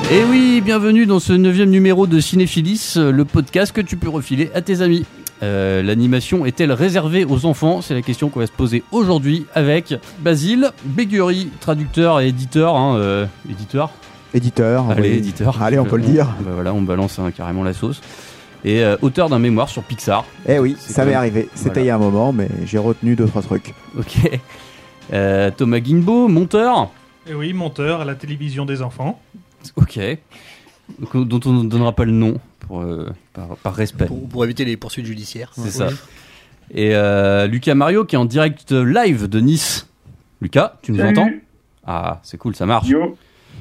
Et oui, bienvenue dans ce 9e numéro de Cinéphilis, le podcast que tu peux refiler à tes amis. L'animation est-elle réservée aux enfants ? C'est la question qu'on va se poser aujourd'hui avec Basile Béguerie, traducteur et éditeur. Éditeur. Allez, oui. éditeur. Allez, on peut le dire. Bah voilà, on balance carrément la sauce. Et auteur d'un mémoire sur Pixar. Eh oui, C'est ça quand m'est même- arrivé. C'était Voilà. il y a un moment, mais j'ai retenu 2-3 trucs. Ok. Thomas Guimbaud, monteur. Et oui, monteur à la télévision des enfants. Ok. Dont on ne donnera pas le nom par respect. Pour éviter les poursuites judiciaires. C'est ça. Et Lucas Mario qui est en direct live de Nice. Lucas, tu nous Salut. entends ? Ah, c'est cool, ça marche. Yo,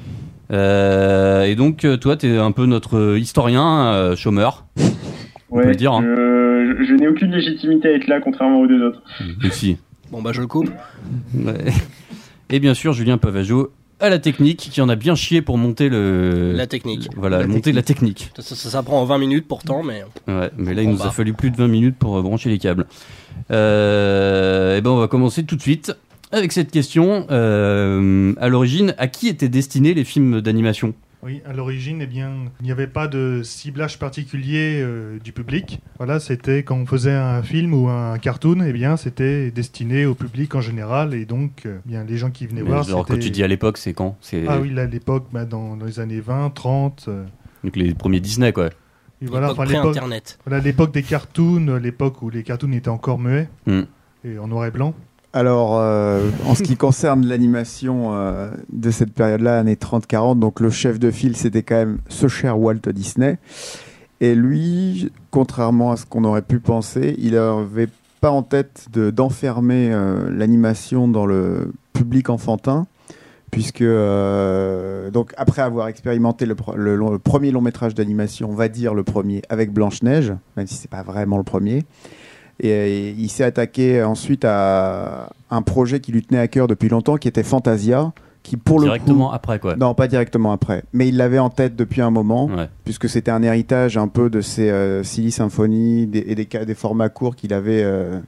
Et donc, toi, t'es un peu notre historien chômeur. On ouais, peut le dire, hein. je n'ai aucune légitimité à être là, contrairement aux deux autres. Aussi. Bon bah je le coupe. Ouais. Et bien sûr, Julien Pavageau à la technique, qui en a bien chié pour monter La technique. Voilà, monter la technique. Ça prend 20 minutes pourtant, mais... Ouais, mais là, il Bon, nous a bah. fallu plus de 20 minutes pour brancher les câbles. Et ben, on va commencer tout de suite avec cette question. À l'origine, à qui étaient destinés les films d'animation ? Oui, à l'origine, eh bien, il n'y avait pas de ciblage particulier du public. Voilà, c'était quand on faisait un film ou un cartoon, eh bien, c'était destiné au public en général, et donc, bien, les gens qui venaient voir, Genre, quand c'était... tu dis à l'époque, c'est quand ? C'est Ah oui, là, à l'époque, dans les années 20, 30... donc les premiers Disney, quoi. et voilà, L'époque enfin, l'époque, pré-internet. voilà, l'époque des cartoons, l'époque où les cartoons étaient encore muets, Hmm. et en noir et blanc. Alors, en ce qui concerne l'animation de cette période-là, années 30-40, donc le chef de file, c'était quand même ce cher Walt Disney. Et lui, contrairement à ce qu'on aurait pu penser, il n'avait pas en tête d'enfermer l'animation dans le public enfantin, puisque, donc, après avoir expérimenté le premier long métrage d'animation, on va dire le premier, avec Blanche-Neige, même si c'est pas vraiment le premier, et il s'est attaqué ensuite à un projet qui lui tenait à cœur depuis longtemps, qui était Fantasia, qui pour Directement le coup... après, quoi. Non, pas directement après, mais il l'avait en tête depuis un moment, Ouais. puisque c'était un héritage un peu de ces Silly Symphony et des formats courts qu'il avait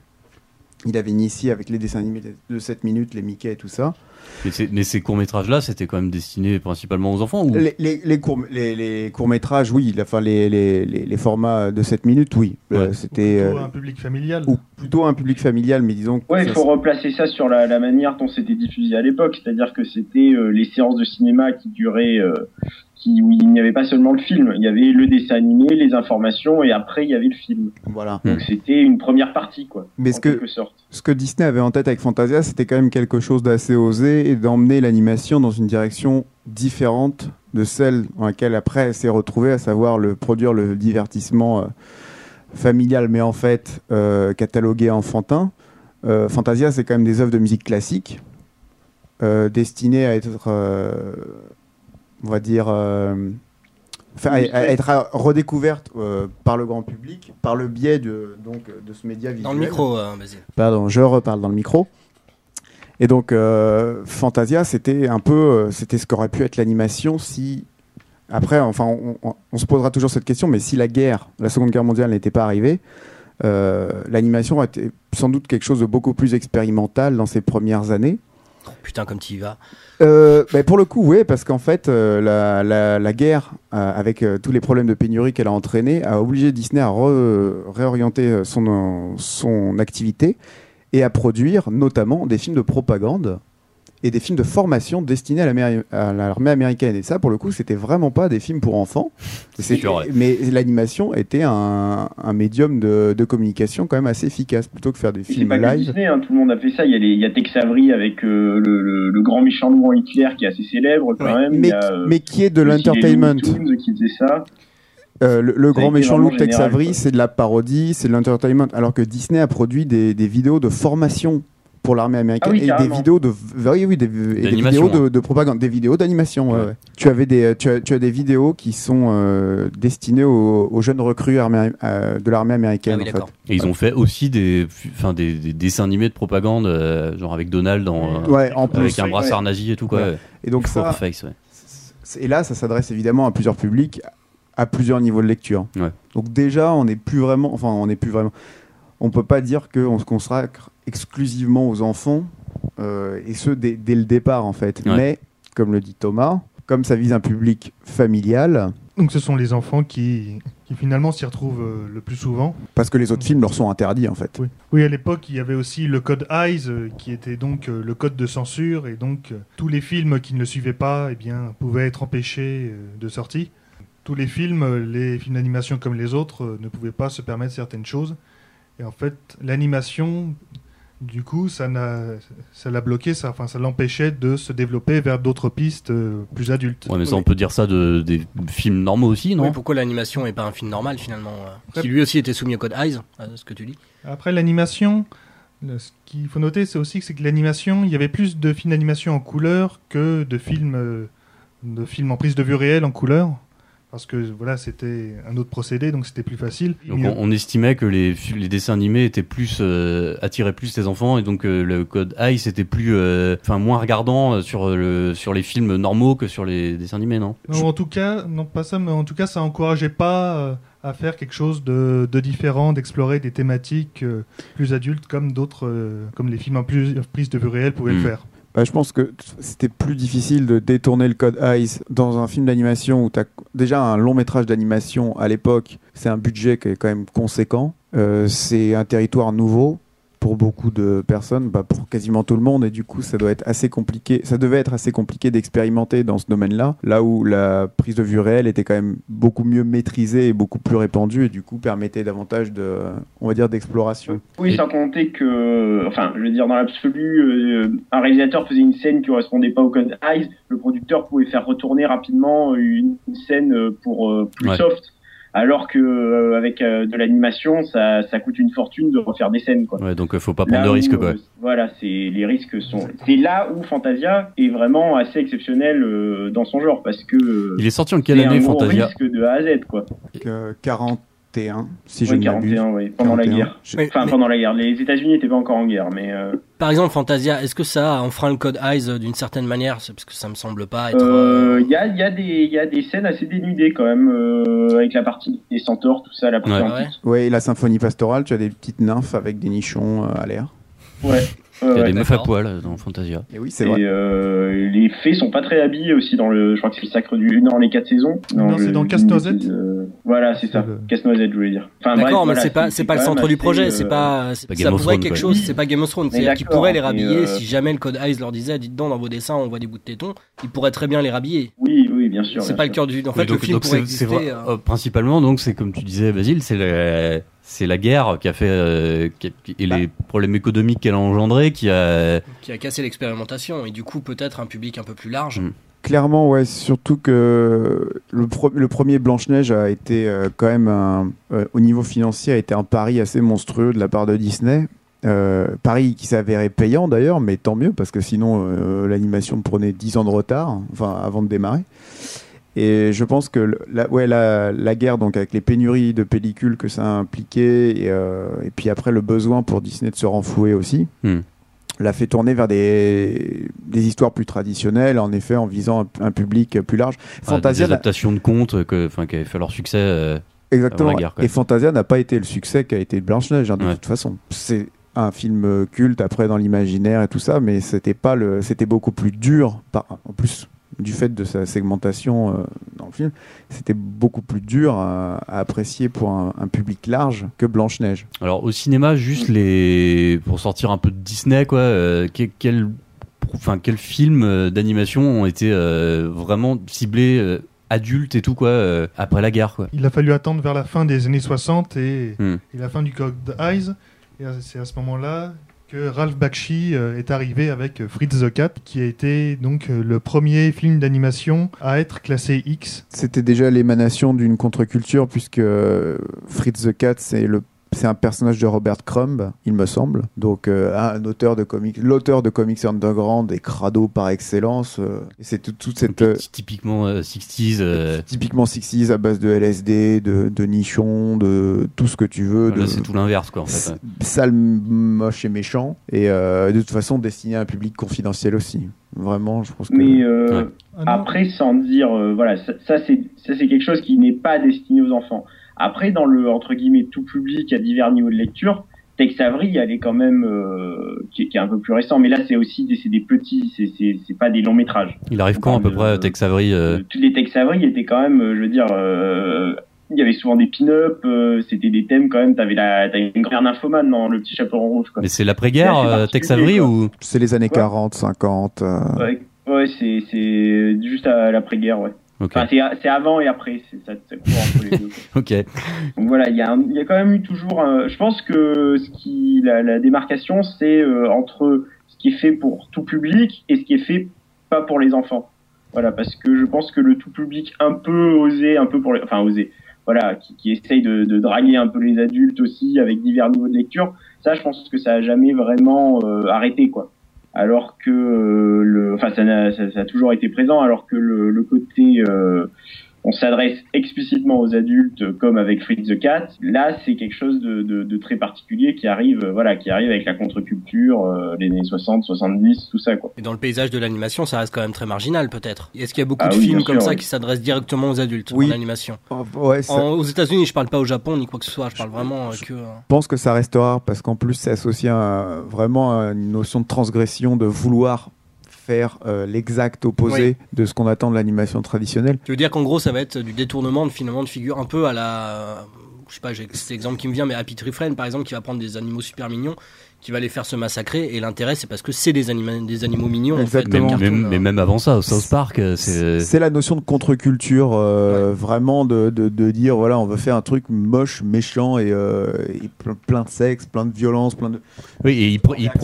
initié avec les dessins animés de 7 minutes, les Mickey et tout ça. Mais ces courts-métrages-là, c'était quand même destiné principalement aux enfants ou... Les courts-métrages, oui, enfin, les formats de 7 minutes, oui. Ouais. C'était... Plutôt un public familial. ou plutôt un public familial, mais disons que Ouais, il ça, faut replacer ça sur la manière dont c'était diffusé à l'époque, c'est-à-dire que c'était les séances de cinéma qui duraient, où il n'y avait pas seulement le film, il y avait le dessin animé, les informations, et après il y avait le film. voilà. Donc c'était une première partie, quoi, Mais en ce que- quelque sorte. Ce que Disney avait en tête avec Fantasia, c'était quand même quelque chose d'assez osé et d'emmener l'animation dans une direction différente de celle dans laquelle après elle s'est retrouvée, à savoir produire le divertissement familial, mais en fait catalogué enfantin. Fantasia, c'est quand même des œuvres de musique classique destinées à être, on va dire, à être redécouverte par le grand public, par le biais de ce média visuel. Dans le micro, vas-y. Pardon, je reparle dans le micro. Et donc, Fantasia, c'était un peu, c'était ce qu'aurait pu être l'animation si, après, enfin, on se posera toujours cette question, mais si la Seconde Guerre mondiale n'était pas arrivée, l'animation aurait été sans doute quelque chose de beaucoup plus expérimental dans ces premières années. Oh, putain, comme tu y vas. Pour le coup, oui, parce qu'en fait, la guerre, avec tous les problèmes de pénurie qu'elle a entraîné, a obligé Disney à réorienter son activité et à produire notamment des films de propagande et des films de formation destinés à l'armée américaine. Et ça, pour le coup, c'était vraiment pas des films pour enfants. sûr, ouais. Mais l'animation était un médium de communication quand même assez efficace, plutôt que faire des Et c'est films pas que live. Disney, hein, tout le monde a fait ça. Il y a Tex Avery avec le grand méchant loup Hitler qui est assez célèbre quand même. Mais, Il y a, mais qui est de aussi les l'entertainment. Looney Tunes qui faisait ça. Le grand été méchant vraiment loup Tex général, Avery, quoi. c'est de la parodie, c'est de l'entertainment, alors que Disney a produit des vidéos de formation pour l'armée américaine Ah oui, et des carrément. vidéos de des D'animation, vidéos de propagande, des vidéos d'animation. Ouais, Ouais. ouais. Tu as des vidéos qui sont destinées aux jeunes recrues de l'armée américaine. Ah oui, en fait. d'accord. Et ils ont fait aussi des dessins animés de propagande, genre avec Donald Ouais, en plus. avec un brassard nazi et tout, quoi. Ouais. Et donc ça, Face, ouais. et là, ça s'adresse évidemment à plusieurs publics, à plusieurs niveaux de lecture. Ouais. Donc déjà, on peut pas dire qu'on se consacre exclusivement aux enfants, et ce dès le départ en fait. Ouais. Mais comme le dit Thomas, comme ça vise un public familial, Donc ce sont les enfants qui finalement s'y retrouvent le plus souvent. parce que les autres films leur sont interdits en fait. Oui, à l'époque, il y avait aussi le code Eyes, qui était donc le code de censure, et donc tous les films qui ne le suivaient pas eh bien, pouvaient être empêchés de sortie. Tous les films d'animation comme les autres, ne pouvaient pas se permettre certaines choses. Et en fait, l'animation, du coup, ça l'a bloqué, ça l'empêchait de se développer vers d'autres pistes plus adultes. Ouais, mais ça, on peut dire ça des films normaux aussi, non? Oui, pourquoi l'animation n'est pas un film normal finalement qui lui aussi était soumis au code Eyes, ce que tu dis. Après, l'animation, ce qu'il faut noter, c'est aussi que l'animation, il y avait plus de films d'animation en couleur que de films en prise de vue réelle en couleur. Parce que voilà, c'était un autre procédé, donc c'était plus facile. Donc on estimait que les dessins animés étaient attiraient plus les enfants, et donc le code Eyes c'était moins regardant sur les films normaux que sur les dessins animés, non? Non, en tout cas, non pas ça, mais en tout cas, ça encourageait pas à faire quelque chose de différent, d'explorer des thématiques plus adultes comme d'autres, comme les films en prise de vue réelle pouvaient le faire. Je pense que c'était plus difficile de détourner le code Eyes dans un film d'animation où tu as déjà un long métrage d'animation à l'époque. C'est un budget qui est quand même conséquent. C'est un territoire nouveau pour beaucoup de personnes, pour quasiment tout le monde, et du coup ça devait être assez compliqué d'expérimenter dans ce domaine-là, là où la prise de vue réelle était quand même beaucoup mieux maîtrisée et beaucoup plus répandue, et du coup permettait davantage d'exploration. Oui, sans compter que, dans l'absolu, un réalisateur faisait une scène qui correspondait pas au code Eyes, le producteur pouvait faire retourner rapidement une scène pour plus soft. Alors que avec de l'animation, ça coûte une fortune de refaire des scènes, quoi. Ouais, donc faut pas prendre de risques, quoi. Voilà, les risques sont. C'est là où Fantasia est vraiment assez exceptionnel dans son genre, parce que. Il est sorti en quelle année, Fantasia? C'est un gros risque de A à Z, quoi. 41, si je ne m'abuse. 41, oui, pendant la guerre. Pendant la guerre. Les États-Unis n'étaient pas encore en guerre, mais. Par exemple, Fantasia, est-ce que ça enfreint le code Eyes d'une certaine manière? Parce que ça me semble pas être. Il y a des scènes assez dénudées quand même, avec la partie des centaures, tout ça, la partie antique. Ouais, et la symphonie pastorale, tu as des petites nymphes avec des nichons à l'air. Ouais. Il y a des meufs à poil dans Fantasia. Et oui, c'est vrai. Les fées sont pas très habillées aussi je crois que c'est le sacre dans les 4 saisons. Non, c'est dans Casse-Noisette. Voilà, c'est ça. Casse-Noisette, je voulais dire. D'accord, mais c'est pas le centre du projet, ça pourrait être quelque chose, c'est pas Game of Thrones. C'est-à-dire qu'ils pourraient les rhabiller si jamais le code Eyes leur disait, dites donc, dans vos dessins, on voit des bouts de tétons, ils pourraient très bien les rhabiller. Oui, bien sûr. C'est pas le cœur du. En fait, le film pourrait exister. Principalement, donc, c'est comme tu disais, Basile, c'est la guerre qui a fait et les problèmes économiques qu'elle a engendrés qui a cassé l'expérimentation, et du coup peut-être un public un peu plus large. Clairement, ouais, surtout que le premier Blanche-Neige a été quand même au niveau financier a été un pari assez monstrueux de la part de Disney. Pari qui s'avérait payant d'ailleurs, mais tant mieux parce que sinon l'animation prenait 10 ans de retard, avant de démarrer. Et je pense que la guerre, donc avec les pénuries de pellicules que ça a impliqué, et puis après le besoin pour Disney de se renflouer aussi, l'a fait tourner vers des histoires plus traditionnelles, en effet, en visant un public plus large. Fantasia, des adaptations de contes qui avaient fait leur succès. Exactement. Avant la guerre, et Fantasia n'a pas été le succès qu'a été Blanche-Neige, de toute façon. C'est un film culte après dans l'imaginaire et tout ça, mais c'était beaucoup plus dur. En plus, du fait de sa segmentation dans le film, c'était beaucoup plus dur à apprécier pour un public large que Blanche-Neige. Alors au cinéma, juste pour sortir un peu de Disney, quoi, quels films d'animation ont été vraiment ciblés adultes et tout, quoi, après la guerre, quoi? Il a fallu attendre vers la fin des années 60 et la fin du Code Eyes, et c'est à ce moment-là que Ralph Bakshi est arrivé avec Fritz the Cat, qui a été donc le premier film d'animation à être classé X. C'était déjà l'émanation d'une contre-culture, puisque Fritz the Cat, c'est un personnage de Robert Crumb, il me semble. Donc un auteur de comics, l'auteur de comics underground et crado par excellence. Et c'est toute cette typiquement 60s. Typiquement 60s à base de LSD, de nichons, de tout ce que tu veux. Là, c'est tout l'inverse, quoi, en fait. Sale, moche et méchant. Et de toute façon destiné à un public confidentiel aussi. Vraiment, je pense que. Mais après, sans dire, ça c'est quelque chose qui n'est pas destiné aux enfants. Après, dans le entre guillemets tout public à divers niveaux de lecture, t'as Tex Avery, elle est quand même qui est un peu plus récent, mais là c'est des petits, c'est pas des longs métrages. Il arrive quand à peu près Tex Avery Tous les Tex Avery étaient quand même, je veux dire, il y avait souvent des pin-up, c'était des thèmes quand même. T'avais une grand-mère nymphomane dans Le Petit Chaperon Rouge, quoi. Mais c'est l'après-guerre, Tex Avery, ou c'est les années 40, 50 Ouais, c'est juste à l'après-guerre, ouais. Okay. Enfin, c'est avant et après, ça court entre les deux. Ok. Donc voilà, il y a quand même eu toujours je pense que la démarcation, c'est entre ce qui est fait pour tout public et ce qui est fait pas pour les enfants. Voilà, parce que je pense que le tout public un peu osé, voilà, qui essaye de draguer un peu les adultes aussi avec divers niveaux de lecture, ça, je pense que ça a jamais vraiment arrêté, quoi. Alors que ça a toujours été présent, alors que le côté on s'adresse explicitement aux adultes, comme avec Fritz the Cat. Là, c'est quelque chose de très particulier qui arrive avec la contre-culture, les années 60, 70, tout ça, quoi. Et dans le paysage de l'animation, ça reste quand même très marginal, peut-être. Est-ce qu'il y a beaucoup de films comme ça qui s'adressent directement aux adultes en animation? Aux États-Unis, je parle pas au Japon ni quoi que ce soit, je parle vraiment que. Je pense que ça reste rare parce qu'en plus, c'est associé vraiment à une notion de transgression, de vouloir faire l'exact opposé de ce qu'on attend de l'animation traditionnelle. Tu veux dire qu'en gros ça va être du détournement de figure un peu à la, je sais pas, j'ai cet exemple qui me vient, mais Happy Tree Friend par exemple, qui va prendre des animaux super mignons, qui va les faire se massacrer, et l'intérêt c'est parce que c'est des animaux mignons. Exactement. En fait, mais même avant ça, au South Park, c'est la notion de contre-culture, vraiment de dire voilà, on veut faire un truc moche, méchant et plein de sexe, plein de violence, plein de. Oui, et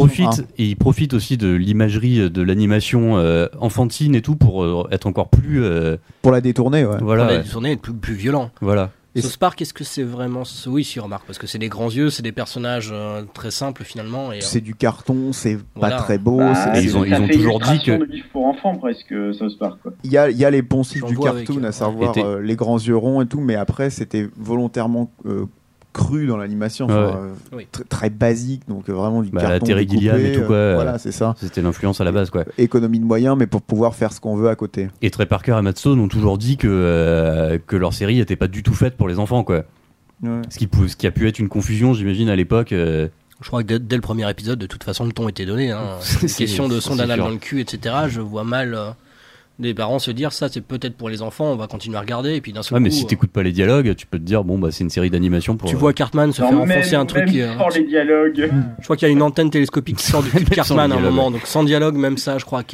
il profite aussi de l'imagerie de l'animation enfantine et tout pour être encore plus. Pour la détourner, ouais. Voilà. Pour la détourner et être plus violent. Voilà. Et South Park, est-ce que c'est vraiment... Oui, si, remarque, parce que c'est des grands yeux, c'est des personnages très simples finalement. Et, c'est du carton, c'est pas très beau. Ils ont toujours dit que... de livre pour enfants presque, South Park, quoi. Il y a les poncifs du cartoon, à savoir les grands yeux ronds et tout, mais après c'était volontairement cru dans l'animation, très basique, donc vraiment du carton Terry Gilliam et tout, quoi. Voilà, c'est ça. C'était l'influence à la base, quoi. Économie de moyens, mais pour pouvoir faire ce qu'on veut à côté. Et Trey Parker et Matt Stone ont toujours dit que leur série n'était pas du tout faite pour les enfants, quoi. Ouais. Ce qui a pu être une confusion, j'imagine, à l'époque. Je crois que dès le premier épisode, de toute façon, le ton était donné. C'est une question de son d'anal dans le cul, etc. Je vois mal des parents se dire ça c'est peut-être pour les enfants, on va continuer à regarder, et puis d'un seul coup, mais si t'écoutes pas les dialogues, tu peux te dire bon bah c'est une série d'animation pour. Tu vois Cartman se faire enfoncer un truc. Sans les dialogues. Je crois qu'il y a une antenne télescopique qui sort du cul de Cartman à un moment, donc sans dialogue, même ça, je crois que.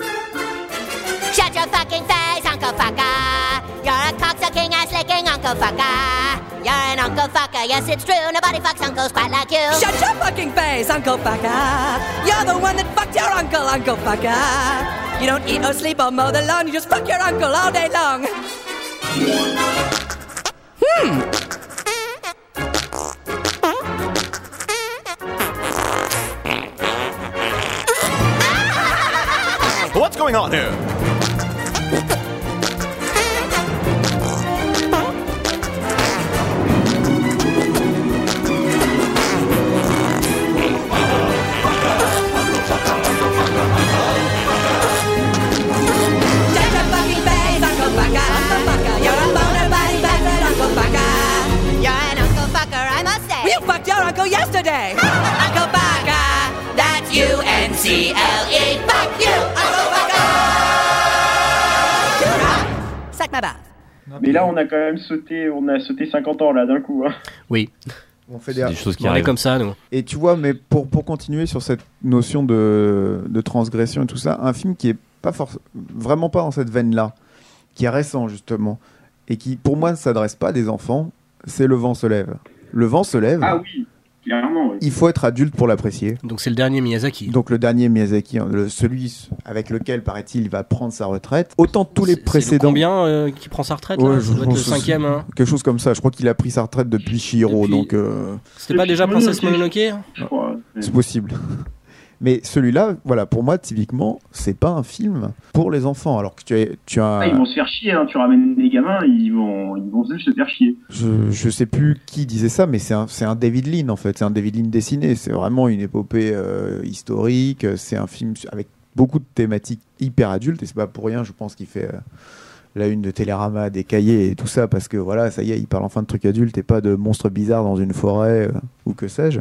Shut your fucking face, Uncle Fucker. You're a cocksucking ass licking Uncle Fucker. You're an Uncle Fucker, yes it's true. Nobody fucks uncles quite like you. Shut your fucking face, Uncle Fucker. You're the one that fucked your uncle, Uncle Fucker. You don't eat or sleep or mow the lawn, you just fuck your uncle all day long. What's going on here? Yesterday. Uncle Fucker, that's U-N-C-L-E. Fuck you, Uncle Fucker. Sac ma bave. Mais là, on a quand même sauté 50 ans là d'un coup. Hein. Oui. On fait des choses qui arrivent comme ça, nous. Et tu vois, mais pour continuer sur cette notion de transgression et tout ça, un film qui est pas vraiment pas dans cette veine-là, qui est récent justement, et qui pour moi ne s'adresse pas à des enfants, c'est Le Vent se lève. Le Vent se lève. Ah oui. Clairement, oui. Il faut être adulte pour l'apprécier. Donc c'est le dernier Miyazaki. Donc le dernier Miyazaki, celui avec lequel, paraît-il, il va prendre sa retraite. Autant tous les précédents. Combien qui prend sa retraite là? Ça doit être le 5e. Hein. Quelque chose comme ça. Je crois qu'il a pris sa retraite depuis Chihiro. Donc. C'était pas déjà Princesse Mononoke? Je crois. C'est possible. Mais celui-là, voilà, pour moi, typiquement, c'est pas un film pour les enfants. Alors que tu as. Ils vont se faire chier, hein. Tu ramènes des gamins, ils vont juste se faire chier. Je sais plus qui disait ça, mais c'est un David Lean en fait. C'est un David Lean dessiné. C'est vraiment une épopée historique. C'est un film avec beaucoup de thématiques hyper adultes. Et c'est pas pour rien, je pense, qu'il fait la une de Télérama, des cahiers et tout ça, parce que voilà, ça y est, il parle enfin de trucs adultes et pas de monstres bizarres dans une forêt ou que sais-je.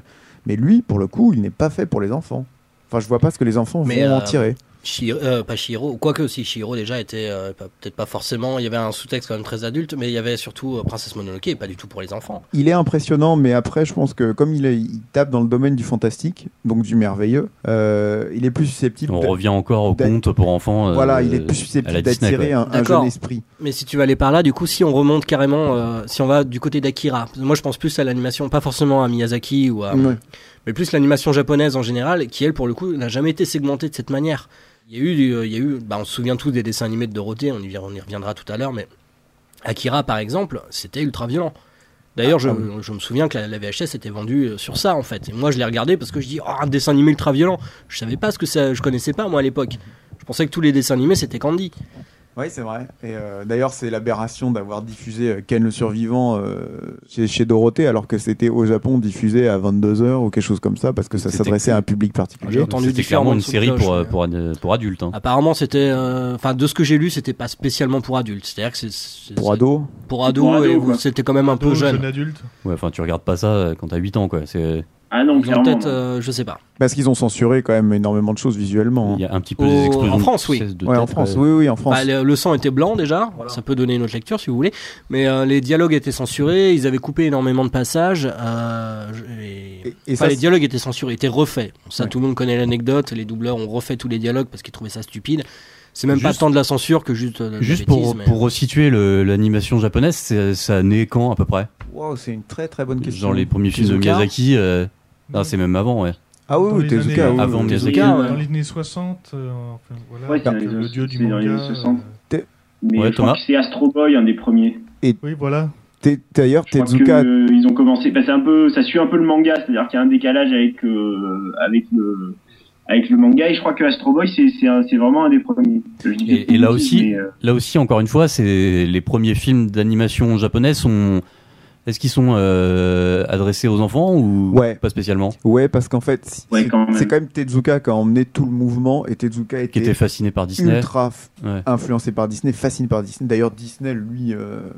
Mais lui, pour le coup, il n'est pas fait pour les enfants. Enfin, je vois pas ce que les enfants vont en tirer. Pas Chihiro, quoique si Chihiro déjà était peut-être pas forcément, il y avait un sous-texte quand même très adulte, mais il y a surtout Princesse Mononoke et pas du tout pour les enfants. Il est impressionnant, mais après je pense que comme il tape dans le domaine du fantastique, donc du merveilleux, il est plus susceptible. On revient encore au conte pour enfants. Voilà, il est plus susceptible d'attirer un jeune esprit. Mais si tu vas aller par là, du coup, si on remonte carrément, si on va du côté d'Akira, moi je pense plus à l'animation, pas forcément à Miyazaki ou à, mais plus l'animation japonaise en général, qui elle pour le coup n'a jamais été segmentée de cette manière. Il y a eu, on se souvient tous des dessins animés de Dorothée, on y reviendra tout à l'heure, mais Akira par exemple, c'était ultra violent. D'ailleurs, je me souviens que la VHS était vendue sur ça en fait. Et moi, je l'ai regardé parce que je dis, un dessin animé ultra violent. Je savais pas ce que ça, je connaissais pas moi à l'époque. Je pensais que tous les dessins animés c'était Candy. Oui, c'est vrai. Et d'ailleurs, c'est l'aberration d'avoir diffusé Ken le Survivant chez Dorothée, alors que c'était au Japon diffusé à 22h ou quelque chose comme ça, parce que ça s'adressait à un public particulier. C'était clairement une série pour adultes. Hein. Apparemment, c'était, de ce que j'ai lu, c'était pas spécialement pour adultes. C'est-à-dire que c'est pour ados. Pour ados, et c'était quand même un peu jeune. Adulte. Ouais, enfin, tu regardes pas ça quand t'as 8 ans, quoi. C'est. Ah non, ils ont peut-être, je sais pas. Parce qu'ils ont censuré quand même énormément de choses visuellement. Il y a un petit peu des explosions. En France, oui. En France, oui, en France. Le sang était blanc déjà, voilà. Ça peut donner une autre lecture si vous voulez. Mais les dialogues étaient censurés, ils avaient coupé énormément de passages. Les dialogues étaient censurés, étaient refaits. Ça, tout le monde connaît l'anecdote. Les doubleurs ont refait tous les dialogues parce qu'ils trouvaient ça stupide. C'est même pas tant de la censure que juste de la bêtise, pour resituer l'animation japonaise, ça naît quand à peu près? Wow, c'est une très très bonne question. Dans les premiers films de Miyazaki, c'est même avant, ouais. Ah oui, Tezuka, avant Miyazaki. Dans les années 60, voilà, le dieu du manga. Dans les années 60. Mais ouais, je crois que c'est Astro Boy, un des premiers. Oui, voilà. D'ailleurs, Tezuka. Ils ont commencé. Ça suit un peu le manga, c'est-à-dire qu'il y a un décalage avec le manga, et je crois que Astro Boy c'est vraiment un des premiers. Et là aussi, encore une fois, c'est les premiers films d'animation japonaise sont. Est-ce qu'ils sont adressés aux enfants ou pas spécialement? Ouais, parce qu'en fait, c'est quand même Tezuka qui a emmené tout le mouvement, et Tezuka qui était fasciné par Disney, ultra influencé par Disney, fasciné par Disney. D'ailleurs, Disney, lui,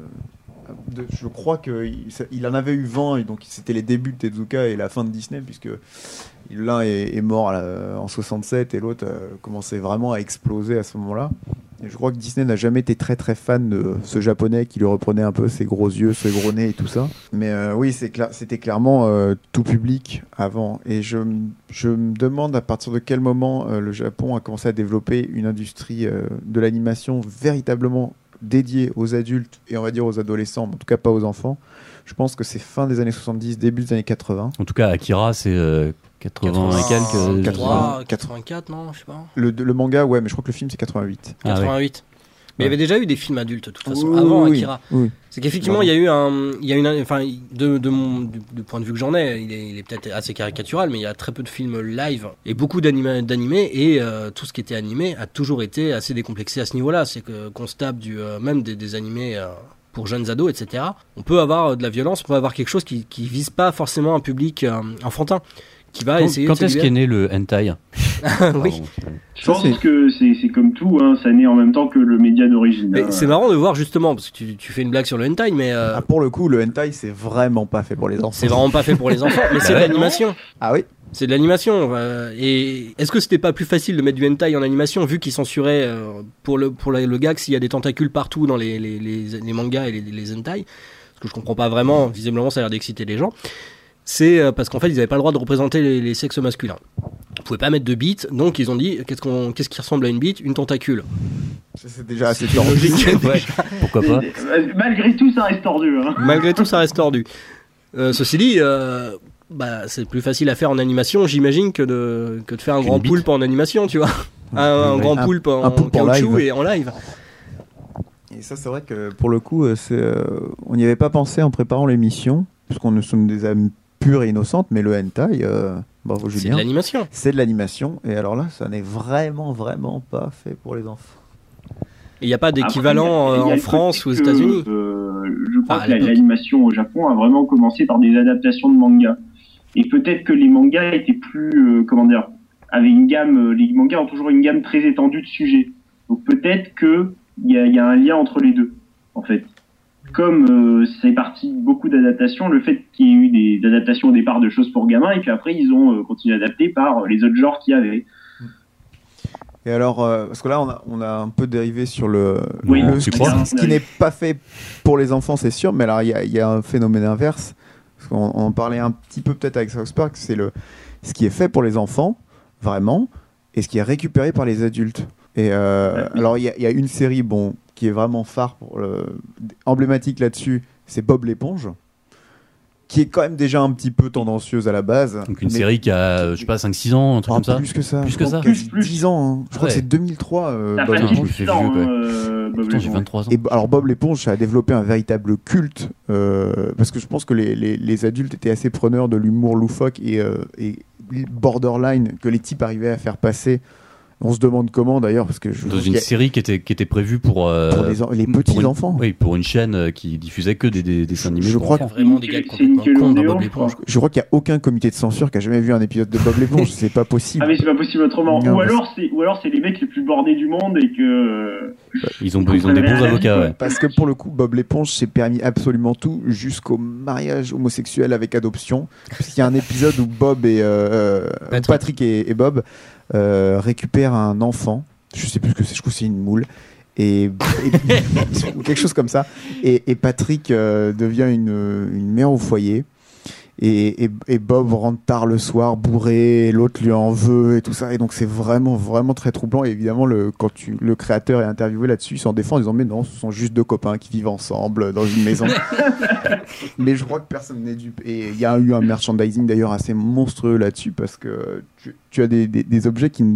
je crois qu'il en avait eu 20, et donc c'était les débuts de Tezuka et la fin de Disney, puisque l'un est mort en 67 et l'autre commençait vraiment à exploser à ce moment-là. Et je crois que Disney n'a jamais été très très fan de ce japonais qui lui reprenait un peu ses gros yeux, ses gros nez et tout ça. Mais oui, c'était clairement tout public avant. Et je me demande à partir de quel moment le Japon a commencé à développer une industrie de l'animation véritablement dédiée aux adultes et on va dire aux adolescents, mais en tout cas pas aux enfants. Je pense que c'est fin des années 70, début des années 80. En tout cas, Akira, c'est 80 et quelques. 84, non, je sais pas. Le manga, ouais, mais je crois que le film c'est 88. 88. Mais il y avait déjà eu des films adultes de toute façon avant Akira. Oui. C'est qu'effectivement il y a eu du point de vue que j'en ai, il est peut-être assez caricatural, mais il y a très peu de films live et beaucoup d'animés et tout ce qui était animé a toujours été assez décomplexé à ce niveau-là. C'est qu'on se tape même des animés pour jeunes ados, etc. On peut avoir de la violence, on peut avoir quelque chose qui vise pas forcément un public enfantin. Quand est-ce qu'est né le hentai? Oui. Je pense que c'est comme tout, ça naît en même temps que le média d'origine. Mais c'est marrant de voir justement, parce que tu fais une blague sur le hentai, mais... pour le coup, le hentai, c'est vraiment pas fait pour les enfants. C'est vraiment pas fait pour les enfants, mais c'est de l'animation. Ah oui? C'est de l'animation. Et est-ce que c'était pas plus facile de mettre du hentai en animation, vu qu'ils censuraient pour le gag s'il y a des tentacules partout dans les mangas et les hentai? Ce que je comprends pas vraiment, visiblement ça a l'air d'exciter les gens. C'est parce qu'en fait ils n'avaient pas le droit de représenter les sexes masculins. Ils pouvaient pas mettre de bite, donc ils ont dit qu'est-ce qui ressemble à une bite? Une tentacule. C'est déjà assez logique. Ouais. Pourquoi pas? Malgré tout ça reste tordu. Malgré tout ça reste tordu. Ceci dit, c'est plus facile à faire en animation, j'imagine, que de faire un grand poulpe en animation, tu vois. Un grand poulpe en caoutchouc et en live. Et ça, c'est vrai que pour le coup, on n'y avait pas pensé en préparant l'émission, puisqu'on nous sommes des âmes pures et innocentes, mais le hentai, bravo Julien. C'est de l'animation. C'est de l'animation, et alors là, ça n'est vraiment, vraiment pas fait pour les enfants. Il n'y a pas d'équivalent en France ou aux États-Unis. Je crois que l'animation au Japon a vraiment commencé par des adaptations de mangas. Et peut-être que les mangas étaient plus, avaient une gamme, les mangas ont toujours une gamme très étendue de sujets. Donc peut-être qu'il y a un lien entre les deux, en fait. comme c'est parti de beaucoup d'adaptations, le fait qu'il y ait eu des adaptations au départ de choses pour gamins, et puis après ils ont continué à adapter par les autres genres qu'il y avait. Et alors, parce que là, on a un peu dérivé sur tu ce qui n'est pas fait pour les enfants, c'est sûr, mais alors il y a un phénomène inverse. Parce qu'on en parlait un petit peu peut-être avec South Park, c'est ce qui est fait pour les enfants, vraiment, et ce qui est récupéré par les adultes. Et alors, il y a une série qui est vraiment phare, emblématique là-dessus, c'est Bob l'éponge, qui est quand même déjà un petit peu tendancieuse à la base. Donc une série qui a, je sais pas, 5-6 ans, un truc comme ça. Plus que ça. Plus que ça. Plus 10 ans. Hein. Je crois que c'est 2003. Bob je me fais vieux, quoi. Bob Putain, j'ai 23 ans. Et alors Bob l'éponge, ça a développé un véritable culte, parce que je pense que les adultes étaient assez preneurs de l'humour loufoque et borderline que les types arrivaient à faire passer. On se demande comment d'ailleurs, parce que dans une série qui était prévue pour les petits enfants. Oui, pour une chaîne qui diffusait que des dessins animés. Je crois vraiment des gars complètement cons dans Bob l'éponge. Je crois qu'il n'y a aucun comité de censure qui a jamais vu un épisode de Bob l'éponge. C'est pas possible. Ah mais c'est pas possible autrement. Non, ou alors c'est les mecs les plus bordés du monde et que ils ont des bons avocats. Ouais. Parce que pour le coup, Bob l'éponge s'est permis absolument tout jusqu'au mariage homosexuel avec adoption. Parce qu'il y a un épisode où Bob et Patrick et Bob récupère un enfant, je sais plus ce que c'est, je crois que c'est une moule, et quelque chose comme ça, et Patrick devient une mère au foyer, et Bob rentre tard le soir bourré, et l'autre lui en veut et tout ça, et donc c'est vraiment vraiment très troublant. Et évidemment quand le créateur est interviewé là-dessus, il s'en défend en disant mais non, ce sont juste deux copains qui vivent ensemble dans une maison. Mais je crois que personne n'est dupe, et il y a eu un merchandising d'ailleurs assez monstrueux là-dessus, parce que tu as des objets qui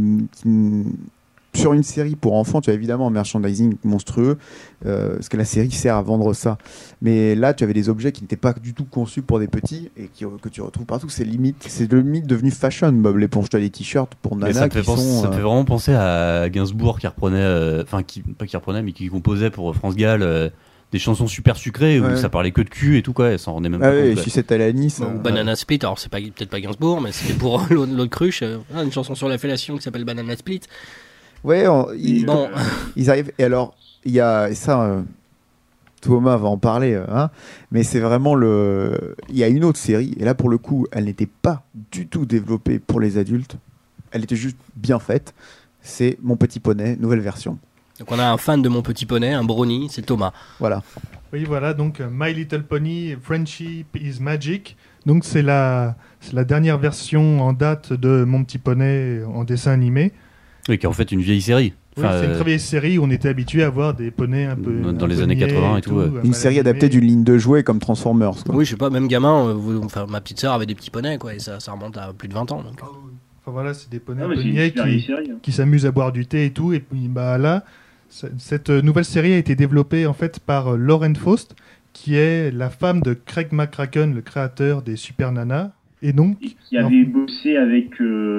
sur une série pour enfants, tu as évidemment un merchandising monstrueux, parce que la série sert à vendre ça. Mais là, tu avais des objets qui n'étaient pas du tout conçus pour des petits et que tu retrouves partout. C'est le mythe devenu fashion, Bob l'éponge. Tu as des t-shirts pour nana ça me fait vraiment penser à Gainsbourg qui reprenait, mais qui composait pour France Gall des chansons super sucrées où ça parlait que de cul et tout, quoi. Elle s'en rendait même pas compte. Et si c'était à l'anis. Ou Banana Split, alors c'est peut-être pas Gainsbourg, mais c'était pour l'autre cruche. Une chanson sur la fellation qui s'appelle Banana Split. Ouais, ils arrivent. Et alors, il y a ça. Thomas va en parler, hein, mais c'est vraiment il y a une autre série, et là pour le coup, elle n'était pas du tout développée pour les adultes. Elle était juste bien faite. C'est Mon Petit Poney, nouvelle version. Donc on a un fan de Mon Petit Poney, un brownie, c'est Thomas. Voilà. Oui, voilà, donc My Little Pony, Friendship is Magic. Donc c'est la dernière version en date de Mon Petit Poney en dessin animé. Oui, qui est en fait une vieille série. Oui, c'est une très vieille série où on était habitué à voir des poneys un peu dans les années 80 et tout. Une série adaptée d'une ligne de jouets comme Transformers, quoi. Oui, je sais pas, même gamin, ma petite sœur avait des petits poneys, quoi, et ça remonte à plus de 20 ans. Donc. Enfin voilà, c'est des poneys un peu niais qui s'amusent à boire du thé et tout. Et puis là, cette nouvelle série a été développée en fait par Lauren Faust, qui est la femme de Craig McCracken, le créateur des Super Nana. Et donc, qui avait bossé avec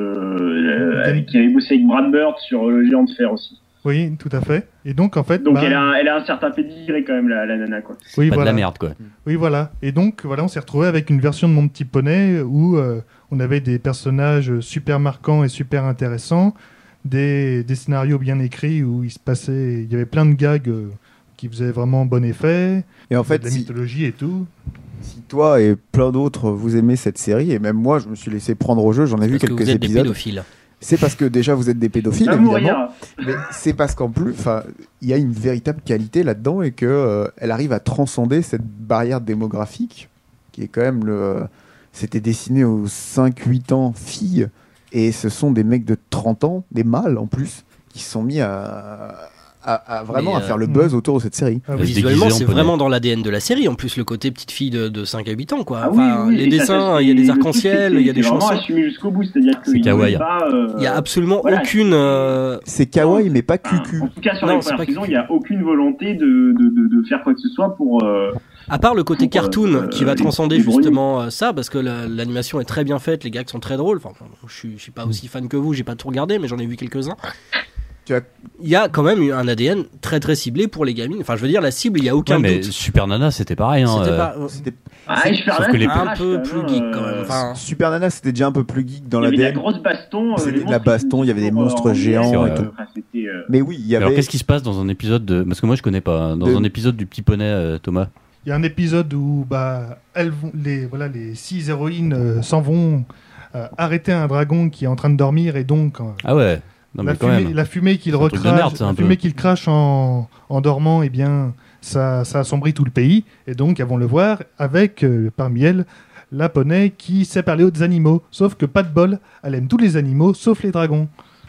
Brad Bird sur Le Géant de Fer aussi. Oui, tout à fait. Et donc en fait, elle a un certain pédigré quand même, la nana, quoi. Oui, pas voilà. de la merde, quoi. Oui, voilà. Et donc voilà, on s'est retrouvé avec une version de Mon Petit Poney où on avait des personnages super marquants et super intéressants, des scénarios bien écrits où il y avait plein de gags qui faisaient vraiment bon effet. Et en fait, de la mythologie et tout. Si toi et plein d'autres vous aimez cette série, et même moi je me suis laissé prendre au jeu, j'en ai vu quelques épisodes. Des pédophiles. C'est parce que déjà vous êtes des pédophiles, évidemment, mais c'est parce qu'en plus, il y a une véritable qualité là-dedans, et que elle arrive à transcender cette barrière démographique qui est quand même c'était destiné aux 5-8 ans filles, et ce sont des mecs de 30 ans, des mâles en plus, qui se sont mis à faire le buzz autour de cette série. Visuellement, c'est vraiment dans l'ADN de la série. En plus, le côté petite fille de 5 à 8 ans, quoi. Oui, les dessins, il y a des arcs-en-ciel, il y a des chansons. C'est vraiment assumé jusqu'au bout, c'est-à-dire que c'est kawaii. Il y a absolument aucune. C'est kawaii, mais pas cucu. En tout cas, sur les premières saisons, il n'y a aucune volonté de faire quoi que ce soit pour. À part le côté cartoon qui va transcender justement ça, parce que l'animation est très bien faite, les gags sont très drôles. Enfin, je suis pas aussi fan que vous, j'ai pas tout regardé, mais j'en ai vu quelques-uns. Il y a quand même un ADN très très ciblé pour les gamines. Enfin, je veux dire, la cible, il n'y a aucun doute. Mais Super Nana, c'était pareil. Super Nana, un peu plus geek quand même. Super Nana, c'était déjà un peu plus geek dans l'ADN. Il y avait de la grosse baston. C'était de la baston, il y avait des monstres géants et tout. Mais oui, il y avait. Alors, qu'est-ce qui se passe dans un épisode de. Parce que moi, je connais pas. Dans un épisode du Petit Poney, Thomas. Il y a un épisode où les 6 héroïnes s'en vont arrêter un dragon qui est en train de dormir et donc Ah ouais. Non, mais quand même. la fumée qu'il C'est un truc de merde, ça, un peu. qu'il crache en dormant, eh bien ça assombrit tout le pays et donc elles vont le voir avec parmi elles la poney qui sait parler aux animaux. Sauf que pas de bol, elle aime tous les animaux sauf les dragons.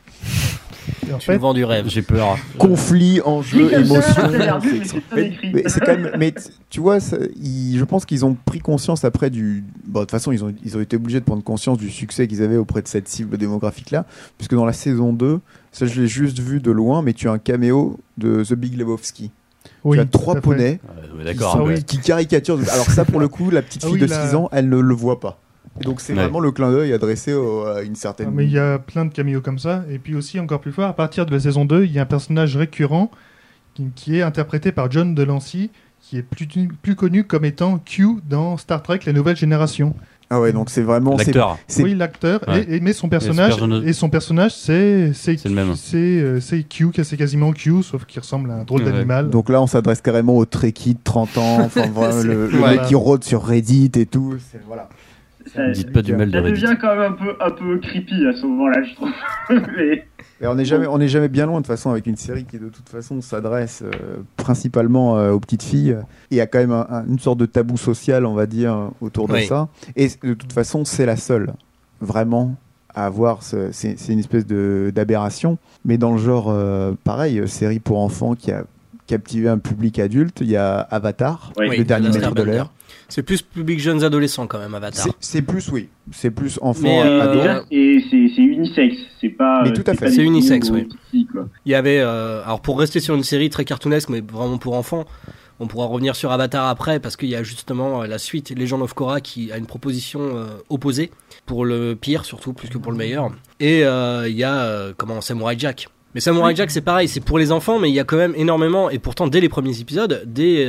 Et en Tu me vends du rêve. J'ai peur. Conflit, enjeu, émotion. Mais C'est quand même. Mais tu vois, je pense qu'ils ont pris conscience après du. Bon, de toute façon, ils ont été obligés de prendre conscience du succès qu'ils avaient auprès de cette cible démographique-là, puisque dans la saison 2, ça je l'ai juste vu de loin, mais tu as un caméo de The Big Lebowski. Oui, tu as tout 3 à fait. poneys D'accord. qui caricaturent. Alors ça, pour le coup, la petite Ah fille oui, de 6 ans, elle ne le voit pas. Et donc c'est Ouais. vraiment le clin d'œil adressé à une certaine. Mais il y a plein de caméos comme ça. Et puis aussi, encore plus fort, à partir de la saison 2, il y a un personnage récurrent qui est interprété par John Delancey, qui est plus connu comme étant Q dans Star Trek La Nouvelle Génération. Ah ouais, donc c'est vraiment. L'acteur. Oui, l'acteur. Ouais. Mais son personnage, c'est le même. C'est Q, c'est quasiment Q, sauf qu'il ressemble à un drôle Ouais. d'animal. Donc là, on s'adresse carrément au trekkie de 30 ans, enfin vraiment, le Voilà. mec qui rôde sur Reddit et tout. Voilà. Ça, Dites pas du mal de ça Reddit. devient quand même un peu creepy à ce moment-là, je trouve. Mais Et on n'est jamais bien loin de toute façon avec une série qui de toute façon s'adresse principalement aux petites filles. Il y a quand même une sorte de tabou social, on va dire, autour de Oui. ça. Et de toute façon, c'est la seule vraiment à avoir. C'est une espèce d'aberration. Mais dans le genre, pareil, série pour enfants qui a captivé un public adulte, il y a Avatar, Oui, le dernier Last maître de Airbender. l'air. C'est plus public jeunes adolescents quand même, Avatar. C'est plus, oui, c'est plus enfant, Mais, ado. déjà, c'est unisexe, c'est pas. Mais tout à fait. pas C'est destiné unisexe, aux oui. petites filles, quoi. Il y avait, alors pour rester sur une série très cartoonesque, mais vraiment pour enfants, on pourra revenir sur Avatar après, parce qu'il y a justement la suite Legend of Korra qui a une proposition opposée, pour le pire surtout, plus que pour le meilleur. Et il y a Samurai Jack. Mais Samurai Jack, c'est pareil, c'est pour les enfants, mais il y a quand même énormément, et pourtant dès les premiers épisodes,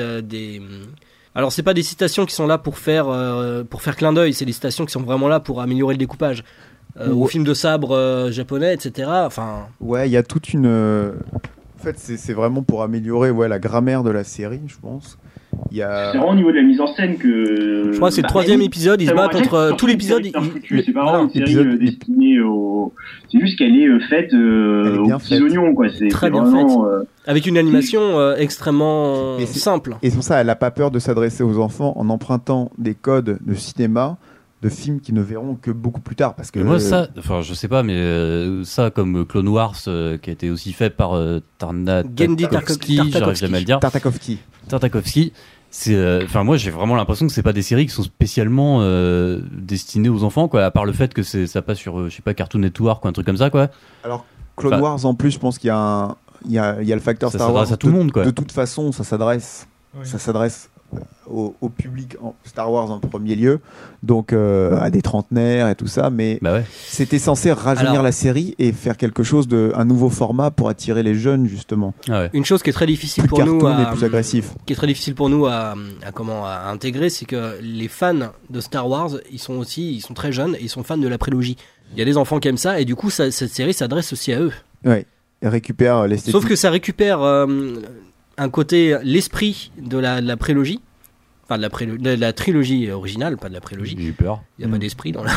alors c'est pas des citations qui sont là pour faire clin d'œil, c'est des citations qui sont vraiment là pour améliorer le découpage. Au film de sabre japonais, etc. Enfin, Ouais, il y a toute une. En fait, c'est vraiment pour améliorer la grammaire de la série, je pense. Il y a. C'est vraiment au niveau de la mise en scène que. je crois que c'est le troisième épisode, ils se battent entre tout l'épisode. C'est pas vraiment une série Épisode- destinée au. C'est juste qu'elle est faite est aux bien petits faite. oignons, quoi. C'est Très bien vraiment. Avec une animation extrêmement Et c'est- simple. Et c'est pour ça, elle n'a pas peur de s'adresser aux enfants en empruntant des codes de cinéma, de films qui ne verront que beaucoup plus tard. Parce que Mais moi, ça, enfin, je sais pas, mais ça, comme Clone Wars, qui a été aussi fait par Genndy Tartakovsky, j'arrive jamais à le dire, Tartakovsky. Tartakovsky, enfin, moi, j'ai vraiment l'impression que c'est pas des séries qui sont spécialement destinées aux enfants, quoi, à part le fait que ça passe sur, je sais pas, Cartoon Network ou un truc comme ça, quoi. Alors, Clone Enfin- Wars, en plus, je pense qu'il y a il y a le facteur Ça Star Wars. s'adresse à tout le monde, quoi. De toute façon, ça s'adresse Oui. au public Star Wars en premier lieu, donc à des trentenaires et tout ça, mais Bah ouais. c'était censé rajeunir Alors- la série et faire quelque chose un nouveau format pour attirer les jeunes, justement. Ah ouais. Une chose qui est très difficile Plus pour nous cartoon et à, plus agressif. qui est très difficile pour nous à intégrer, c'est que les fans de Star Wars, ils sont très jeunes et ils sont fans de la prélogie. Il y a des enfants qui aiment ça et du coup cette série s'adresse aussi à eux. Ouais. Et récupère l'esthétique. Sauf que ça récupère un côté, l'esprit de la prélogie, enfin de la trilogie originale, pas de la prélogie. J'ai eu peur. Il n'y a pas d'esprit dans la.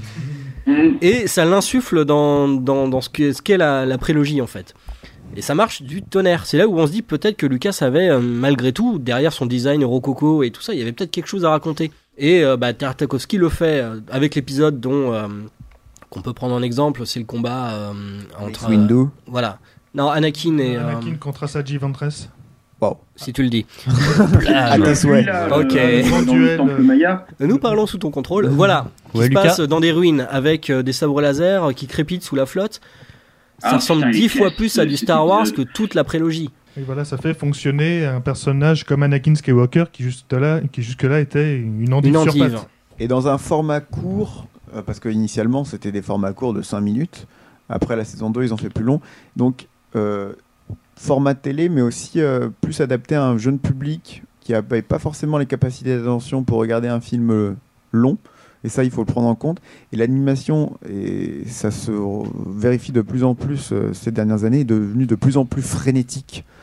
Et ça l'insuffle dans ce qu'est la prélogie en fait. Et ça marche du tonnerre. C'est là où on se dit peut-être que Lucas avait, malgré tout, derrière son design rococo et tout ça, il y avait peut-être quelque chose à raconter. Et Tartakovsky le fait avec l'épisode qu'on peut prendre en exemple, c'est le combat entre. Windu. Voilà. Non, Anakin et. Anakin contre Asajj Ventress. Wow. Si tu le dis. À tes souhaits. Ok. Dans Duel, le temple Maya. Nous parlons sous ton contrôle. Voilà. Qui Ouais, se Lucas. passe dans des ruines avec des sabres laser qui crépitent sous la flotte. Ça Ah, ressemble putain, il est 10 fois classe, plus à du cet Star Wars épisode. que toute la prélogie. Et voilà, ça fait fonctionner un personnage comme Anakin Skywalker qui jusque-là était une endive Une sur endive. pattes. Et dans un format court, parce qu'initialement c'était des formats courts de 5 minutes, après la saison 2 ils ont fait plus long, donc format télé mais aussi plus adapté à un jeune public qui n'avait pas forcément les capacités d'attention pour regarder un film long, et ça il faut le prendre en compte. Et l'animation, et ça se vérifie de plus en plus ces dernières années, est devenue de plus en plus frénétique.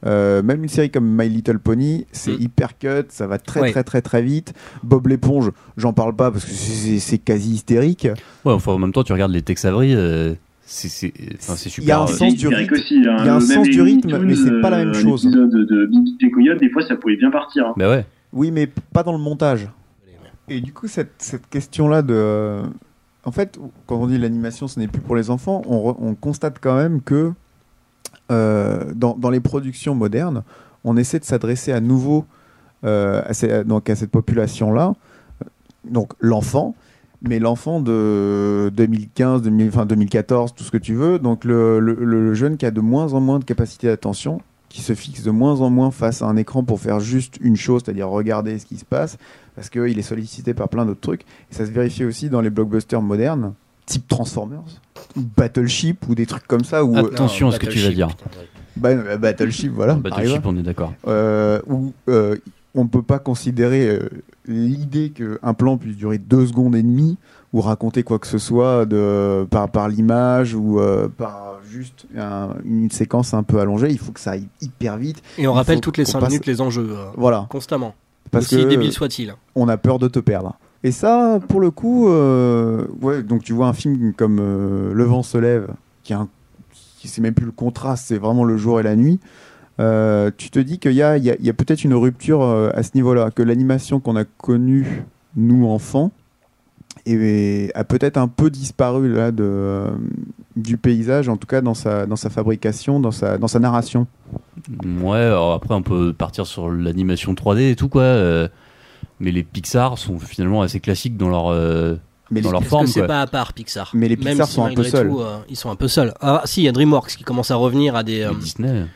Même une série comme My Little Pony, c'est hyper cut, ça va très vite. Bob l'éponge, j'en parle pas parce que c'est quasi hystérique. Ouais, enfin en même temps, tu regardes les Tex Avery, c'est super. Il y a un sens du rythme, aussi, hein. il y a un sens du rythme, mais c'est pas la même chose. L'épisode de Bibi et Coyote, des fois, ça pouvait bien partir. Hein. Bah ouais. Oui, mais pas dans le montage. Et du coup, cette question-là de... En fait, quand on dit l'animation, ce n'est plus pour les enfants, on constate quand même que dans les productions modernes, on essaie de s'adresser à nouveau à cette population-là, donc l'enfant, mais l'enfant de 2015, 2014, tout ce que tu veux, donc le jeune qui a de moins en moins de capacité d'attention, qui se fixe de moins en moins face à un écran pour faire juste une chose, c'est-à-dire regarder ce qui se passe, parce qu'il est sollicité par plein d'autres trucs. Et ça se vérifie aussi dans les blockbusters modernes, type Transformers, ou Battleship, ou des trucs comme ça. Où, attention à ce que tu vas dire. Battleship, voilà. Battleship, on est d'accord. Où on ne peut pas considérer l'idée qu'un plan puisse durer 2 secondes et demie, ou raconter quoi que ce soit par l'image, ou par juste une séquence un peu allongée. Il faut que ça aille hyper vite. Et on rappelle toutes les 5 minutes les enjeux, voilà. constamment. Parce aussi débile soit-il. On a peur de te perdre. Et ça, pour le coup, donc tu vois un film comme Le vent se lève, qui c'est même plus le contraste, c'est vraiment le jour et la nuit. Tu te dis qu'il y a peut-être une rupture à ce niveau-là, que l'animation qu'on a connue, nous, enfants, a peut-être un peu disparu là, du paysage, en tout cas dans sa fabrication, dans sa narration. Ouais, alors après on peut partir sur l'animation 3D et tout quoi, mais les Pixar sont finalement assez classiques dans leur forme. C'est quoi. Pas à part Pixar. Mais les Pixar sont un peu seuls. Ils sont un peu seuls. Ah si, il y a DreamWorks qui commence à revenir à des... Disney.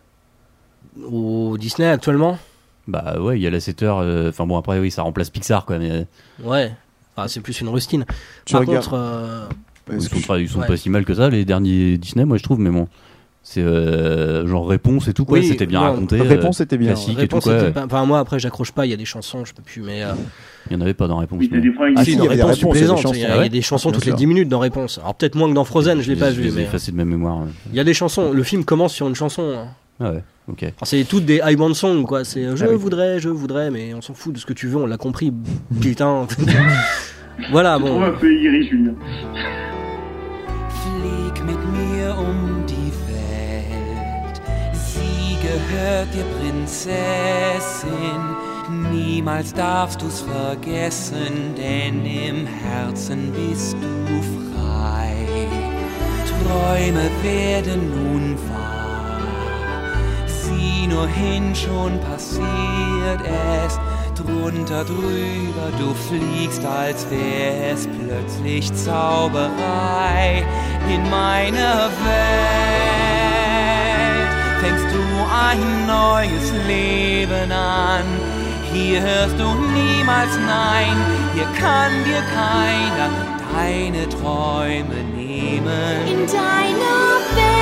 Au Disney actuellement. Bah ouais, il y a la 7 heures. Enfin bon, après oui, ça remplace Pixar quoi. Mais... Ouais, enfin, c'est plus une rustine. Par contre... Ils sont pas si mal que ça, les derniers Disney, moi je trouve, mais bon. C'est genre Réponse et tout quoi, c'était bien raconté. Réponse c'était bien. Classique Réponse, et tout quoi. Enfin moi après j'accroche pas, il y a des chansons, je peux plus, mais... Il y en avait pas dans Réponse. Oui, mais... si, dans Réponse, tu plaisantes. Il y a ouais. des chansons toutes les 10 minutes dans Réponse. Alors peut-être moins que dans Frozen, je l'ai pas vu. Je les ai effacés de ma mémoire. Il y a des chansons, le film commence sur une chanson. Ah ouais, ok. Alors, c'est toutes des high band songs quoi, c'est je voudrais, mais on s'en fout de ce que tu veux, on l'a compris, putain. Voilà, bon. On va peu iri, Julien. Flieg mit mir die Welt. Sie gehört dir, Prinzessin. Niemals darfst du's vergessen, denn im Herzen bist du frei. Träume werden nun wahr. Sieh nur hin, schon passiert es. Drunter, drüber, du fliegst, als wär es plötzlich Zauberei. In meiner Welt fängst du ein neues Leben an. Hier hörst du niemals Nein, hier kann dir keiner deine Träume nehmen. In deiner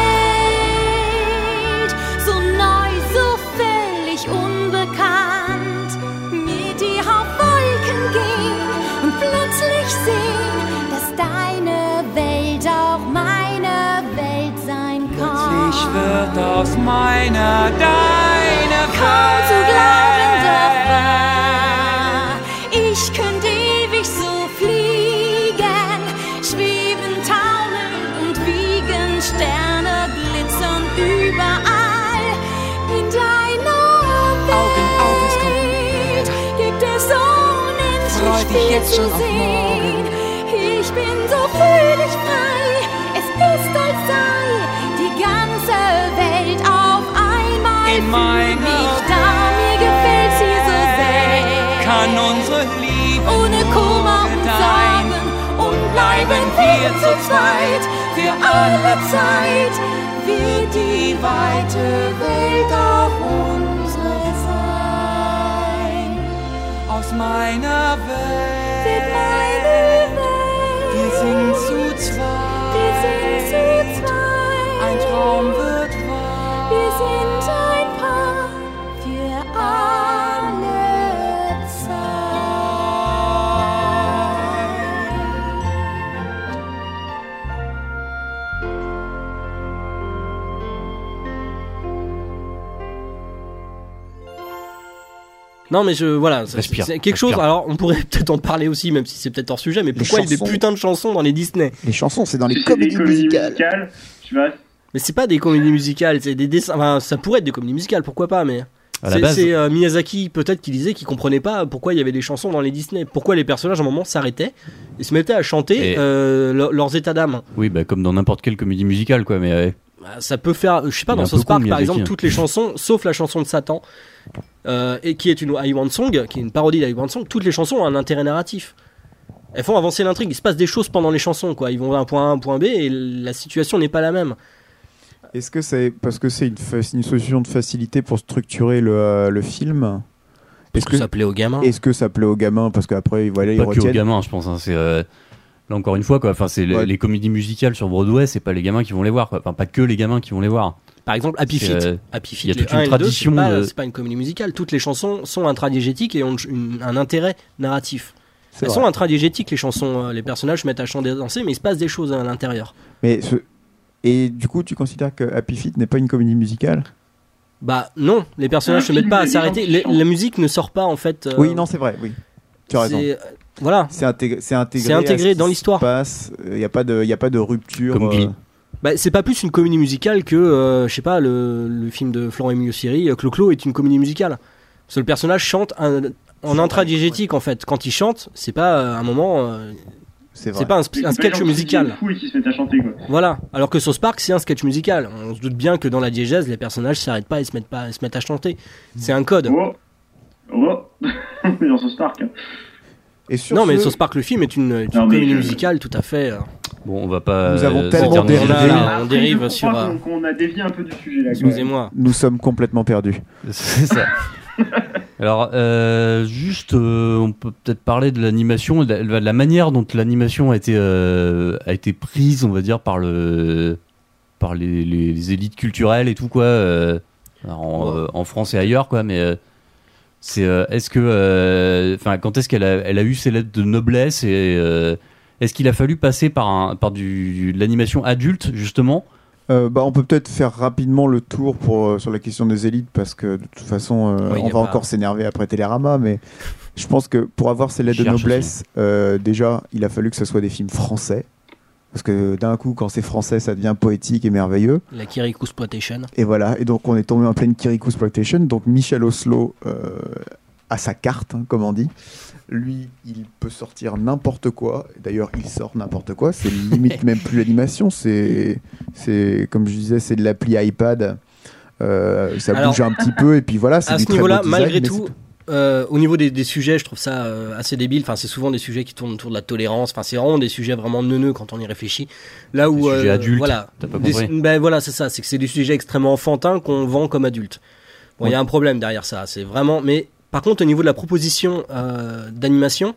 Welt, so neu, so völlig unbekannt, mit dir auf Wolken gehen und plötzlich sehen, dass deine Welt auch meine Welt sein kann. Plötzlich wird aus meiner deine Kaum zu Welt. glauben, doch wahr, ich könnte ewig so fliegen, schweben, taumeln und wiegen, Sterne glitzern überall. In deiner Augen auf, es kommt Welt gibt es Freu unendlich dich viel jetzt zu schon auf sehen. Ich bin so fröhlich frei, es ist als sei die ganze Welt auf einmal In für meiner mich da. Mir gefällt's hier so sehr. kann unsere Liebe Ohne Kummer und gedeihen. Sorgen und bleiben wir zu zweit für alle Zeit. Wird die weite Welt auch unsere sein. Aus meiner Wird Welt. meine Welt. Wir sind zu zweit. Wir sind zu zweit. Ein Traum wird wahr. Wir sind ein Paar für alle Zeit. Non, mais voilà, Respire, c'est quelque respire. chose. Alors, on pourrait peut-être en parler aussi, même si c'est peut-être hors sujet. Mais pourquoi il y a des chansons. putains de chansons dans les Disney? Les chansons, c'est dans les Si c'est des comédies musicales. tu vois. Mais c'est pas des comédies musicales, c'est des dessins. Enfin, ça pourrait être des comédies musicales, pourquoi pas, mais. À la base- C'est Miyazaki peut-être qui disait qu'il comprenait pas pourquoi il y avait des chansons dans les Disney, pourquoi les personnages à un moment s'arrêtaient et se mettaient à chanter Et- leurs états d'âme. Oui, bah, comme dans n'importe quelle comédie musicale, quoi. Mais Bah, ça peut faire, je sais pas, Il est dans un South peu con, Park par Miyazaki, exemple, hein. toutes les chansons, sauf la chanson de Satan, et qui est une I Want Song, qui est une parodie d'I Want Song, toutes les chansons ont un intérêt narratif. Elles font avancer l'intrigue, il se passe des choses pendant les chansons, quoi. Ils vont d'un point A à un point B et la situation n'est pas la même. Est-ce que c'est parce que c'est une solution de facilité pour structurer le film? Est-ce que ça plaît aux gamins? Est-ce que ça plaît aux gamins parce qu'après voilà, ils pas que aux retiennent. gamins, je pense. Hein, c'est là encore une fois, quoi. Enfin, c'est Ouais. les comédies musicales sur Broadway, c'est pas les gamins qui vont les voir, quoi. Enfin, pas que les gamins qui vont les voir. Par exemple, Happy C'est, Feet. Happy il y a Feet, toute les 1 une et le 2, tradition c'est pas une comédie musicale. Toutes les chansons sont intradiégétiques et ont un intérêt narratif. C'est Elles vrai. sont intradiégétiques, les chansons. Les personnages se mettent à chanter et danser, mais il se passe des choses à l'intérieur. Et du coup, tu considères que Happy Feet n'est pas une comédie musicale? Bah non, les personnages se film mettent pas où à il y a des s'arrêter. gens qui chantent. La musique ne sort pas en fait. Oui, non, c'est vrai. Oui, tu as raison. Voilà. C'est intégré. C'est intégré dans l'histoire. Il n'y a pas de rupture. Comme Glee. Bah, c'est pas plus une comédie musicale que, je sais pas, le film de Florent Emilio Siri, Clo-Clo est une comédie musicale. Parce que le personnage chante en intradiégétique en fait. Quand il chante, c'est pas un moment. C'est vrai. C'est pas un sketch musical. Fou qui se mettent à chanter quoi. Voilà. Alors que South Park, c'est un sketch musical. On se doute bien que dans la diégèse, les personnages s'arrêtent pas et se mettent à chanter. C'est un code. Oh. Dans ce Stark. Hein. Et sur Non, mais ce, South Park, le film est une Non, mais comédie je- musicale tout à fait. Bon, on va pas. Nous avons se tellement dire dérivé. non, Là, on Après, dérive je sur. crois qu'on a dévié un peu du sujet là. quand même. Excusez-moi. nous sommes complètement perdus. C'est ça. Alors, juste, on peut peut-être parler de l'animation, de la manière dont l'animation a été prise, on va dire, par les élites culturelles et tout, quoi, en France et ailleurs, quoi, mais est-ce que, quand est-ce qu'elle a eu ses lettres de noblesse et est-ce qu'il a fallu passer par de l'animation adulte, justement? On peut peut-être faire rapidement le tour sur la question des élites parce que de toute façon Oui, on va encore s'énerver après Télérama, mais je pense que pour avoir ces lettres de Cherche noblesse, déjà il a fallu que ce soit des films français parce que d'un coup quand c'est français ça devient poétique et merveilleux La Kirikou Exploitation. et voilà, et donc on est tombé en pleine Kirikou Exploitation. Donc Michel Oslo a sa carte, hein, comme on dit. Lui, il peut sortir n'importe quoi. D'ailleurs, il sort n'importe quoi. C'est limite même plus l'animation. C'est comme je disais, c'est de l'appli iPad. Ça Alors, bouge un petit peu et puis voilà. C'est À du ce très beau niveau-là, design, malgré mais tout, au niveau des sujets, je trouve ça assez débile. Enfin, c'est souvent des sujets qui tournent autour de la tolérance. Enfin, c'est vraiment des sujets vraiment neuneux quand on y réfléchit. Là où, Des sujets adultes, voilà, t'as pas compris. ben voilà, c'est ça. C'est que c'est des sujets extrêmement enfantins qu'on vend comme adultes. Bon, il y a un problème derrière ça. C'est vraiment. Mais par contre, au niveau de la proposition d'animation,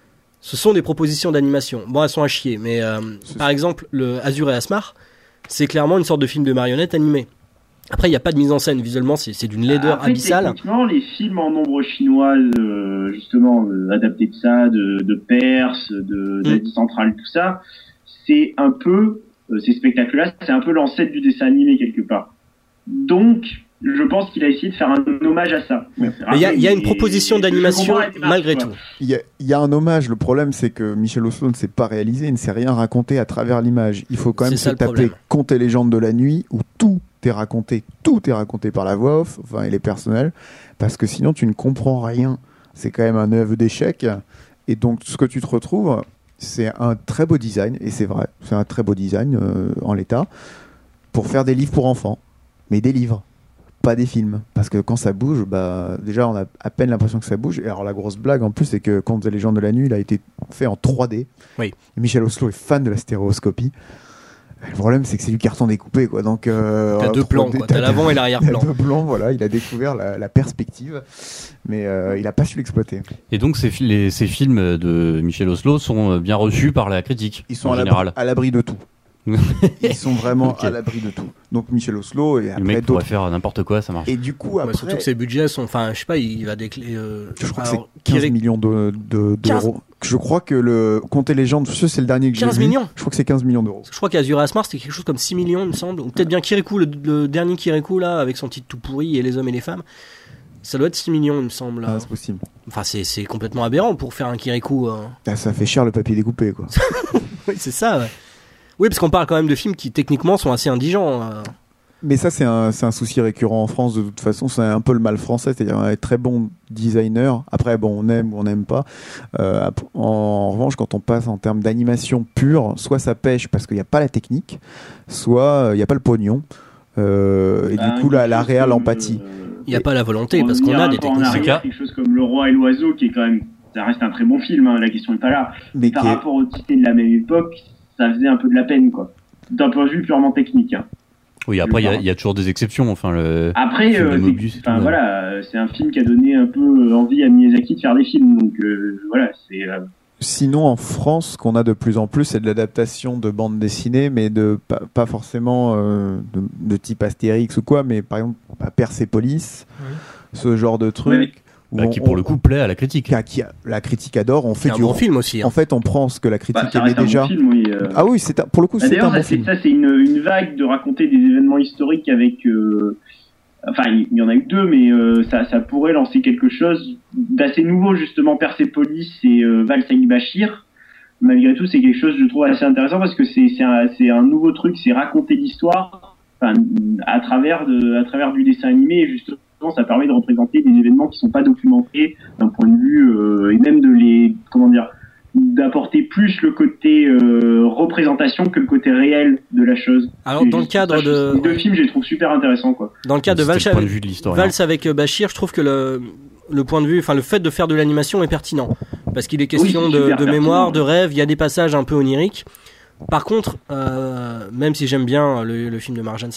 ce sont des propositions d'animation. Bon, elles sont à chier, mais par exemple, le Azur et Asmar, c'est clairement une sorte de film de marionnette animé. Après, il n'y a pas de mise en scène. Visuellement, c'est d'une laideur Après, abyssale. techniquement, les films en ombre chinoise, justement, adaptés de ça, de Perse, d'Asie centrale, tout ça, c'est un peu, ces spectacles-là, c'est un peu l'ancêtre du dessin animé quelque part. Donc, je pense qu'il a essayé de faire un hommage à ça. Mais il y a une proposition d'animation malgré tout. Il y a un hommage. Le problème, c'est que Michel Oslo ne s'est pas réalisé, il ne s'est rien raconté à travers l'image. Il faut quand même C'est ça, se le taper problème. Contes et légendes de la nuit où tout est raconté par la voix off, enfin, et les personnels, parce que sinon tu ne comprends rien. C'est quand même un œuvre d'échec. Et donc, ce que tu te retrouves, c'est un très beau design, et c'est vrai, c'est un très beau design en l'état, pour faire des livres pour enfants, mais des livres. Pas des films, parce que quand ça bouge, déjà on a à peine l'impression que ça bouge. Et alors la grosse blague en plus, c'est que Contes et légendes de la nuit, il a été fait en 3D. Oui. Et Michel Oslo est fan de la stéréoscopie. Le problème, c'est que c'est du carton découpé, quoi. Donc T'as deux plans, quoi. T'as l'avant et l'arrière-plan. T'as deux plans, voilà. Il a découvert la perspective, mais il a pas su l'exploiter. Et donc ces films de Michel Oslo sont bien reçus par la critique. Ils sont en général. à l'abri de tout. Ils sont vraiment Ok. à l'abri de tout. Donc Michel Oslo et Le après mec pourrait d'autres. faire n'importe quoi, ça marche. Et du coup, Ouais, après, surtout que ses budgets sont. Enfin, je sais pas, il va décler. je crois que alors, c'est 15 Kiri- millions d'euros. 15. Je crois que le Contes et légendes, c'est le dernier que j'ai 15 vu. millions. Je crois que c'est 15 millions d'euros. Je crois qu'Azur et Asmar, c'était quelque chose comme 6 millions, il me semble. Ou peut-être bien Kirikou, le dernier Kirikou, là, avec son titre tout pourri, et les hommes et les femmes. Ça doit être 6 millions, il me semble. Ah, c'est possible. Enfin, c'est complètement aberrant pour faire un Kirikou. Ah, ça fait cher le papier découpé, quoi. Oui, c'est ça, ouais. Oui, parce qu'on parle quand même de films qui, techniquement, sont assez indigents. Mais ça, c'est un souci récurrent en France, de toute façon. C'est un peu le mal français, c'est-à-dire on a des très bons designers. Après, bon, on aime ou on n'aime pas. En revanche, quand on passe en termes d'animation pure, soit ça pêche parce qu'il n'y a pas la technique, soit il n'y a pas le pognon. Et du coup, la réal empathie. Il n'y a pas la volonté, parce qu'on a des techniciens. Quelque chose comme Le Roi et l'Oiseau, qui est quand même... Ça reste un très bon film, hein, la question n'est pas là. Mais par rapport au Disney de la même époque, ça faisait un peu de la peine, quoi. D'un point de vue purement technique, hein. Oui, après, il y a toujours des exceptions. Enfin, après, c'est un film qui a donné un peu envie à Miyazaki de faire des films. Donc, voilà, c'est... Sinon, en France, ce qu'on a de plus en plus, c'est de l'adaptation de bandes dessinées, mais pas forcément de type Astérix ou quoi, mais par exemple, Persépolis, ce genre de truc. Qui pour le coup plaît à la critique. La critique adore. On fait un bon film aussi. En fait, on prend ce que la critique aimait déjà. Bon film, oui, Ah oui, pour le coup, c'est un bon film. Ça, c'est une vague de raconter des événements historiques avec... Enfin, il y en a eu 2, mais ça pourrait lancer quelque chose d'assez nouveau, justement. Persépolis et Val Saïd Bachir. Malgré tout, c'est quelque chose, je trouve, assez intéressant parce que c'est un nouveau truc, c'est raconter l'histoire à travers du dessin animé, et justement, ça permet de représenter des événements qui sont pas documentés d'un point de vue et même d'apporter plus le côté représentation que le côté réel de la chose. Alors dans le cadre de les 2 films, je les trouve super intéressants, quoi. Dans le cadre de Valls avec Bachir, je trouve que le point de vue, enfin le fait de faire de l'animation est pertinent parce qu'il est question de mémoire, de rêve, il y a des passages un peu oniriques. Par contre, même si j'aime bien le film de Marjane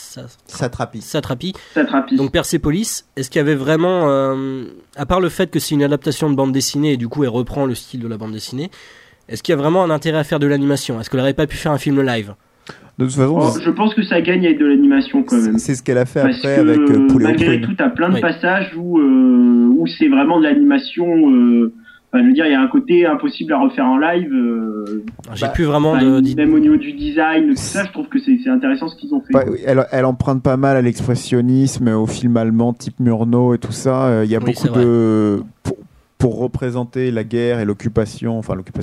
Satrapi, donc Persépolis, est-ce qu'il y avait vraiment, à part le fait que c'est une adaptation de bande dessinée et du coup elle reprend le style de la bande dessinée, est-ce qu'il y a vraiment un intérêt à faire de l'animation ? Est-ce qu'elle n'aurait pas pu faire un film live ? De toute façon, je pense que ça gagne avec de l'animation quand même. C'est ce qu'elle a fait parce après que, avec Poulet aux malgré prunes. tout, t'as plein de passages où c'est vraiment de l'animation... je veux dire, il y a un côté impossible à refaire en live. J'ai plus vraiment même au niveau du design, tout ça, je trouve que c'est intéressant ce qu'ils ont fait. Oui, elle emprunte pas mal à l'expressionnisme, au film allemand type Murnau et tout ça. Il y a beaucoup de... Pour représenter la guerre et l'occupation,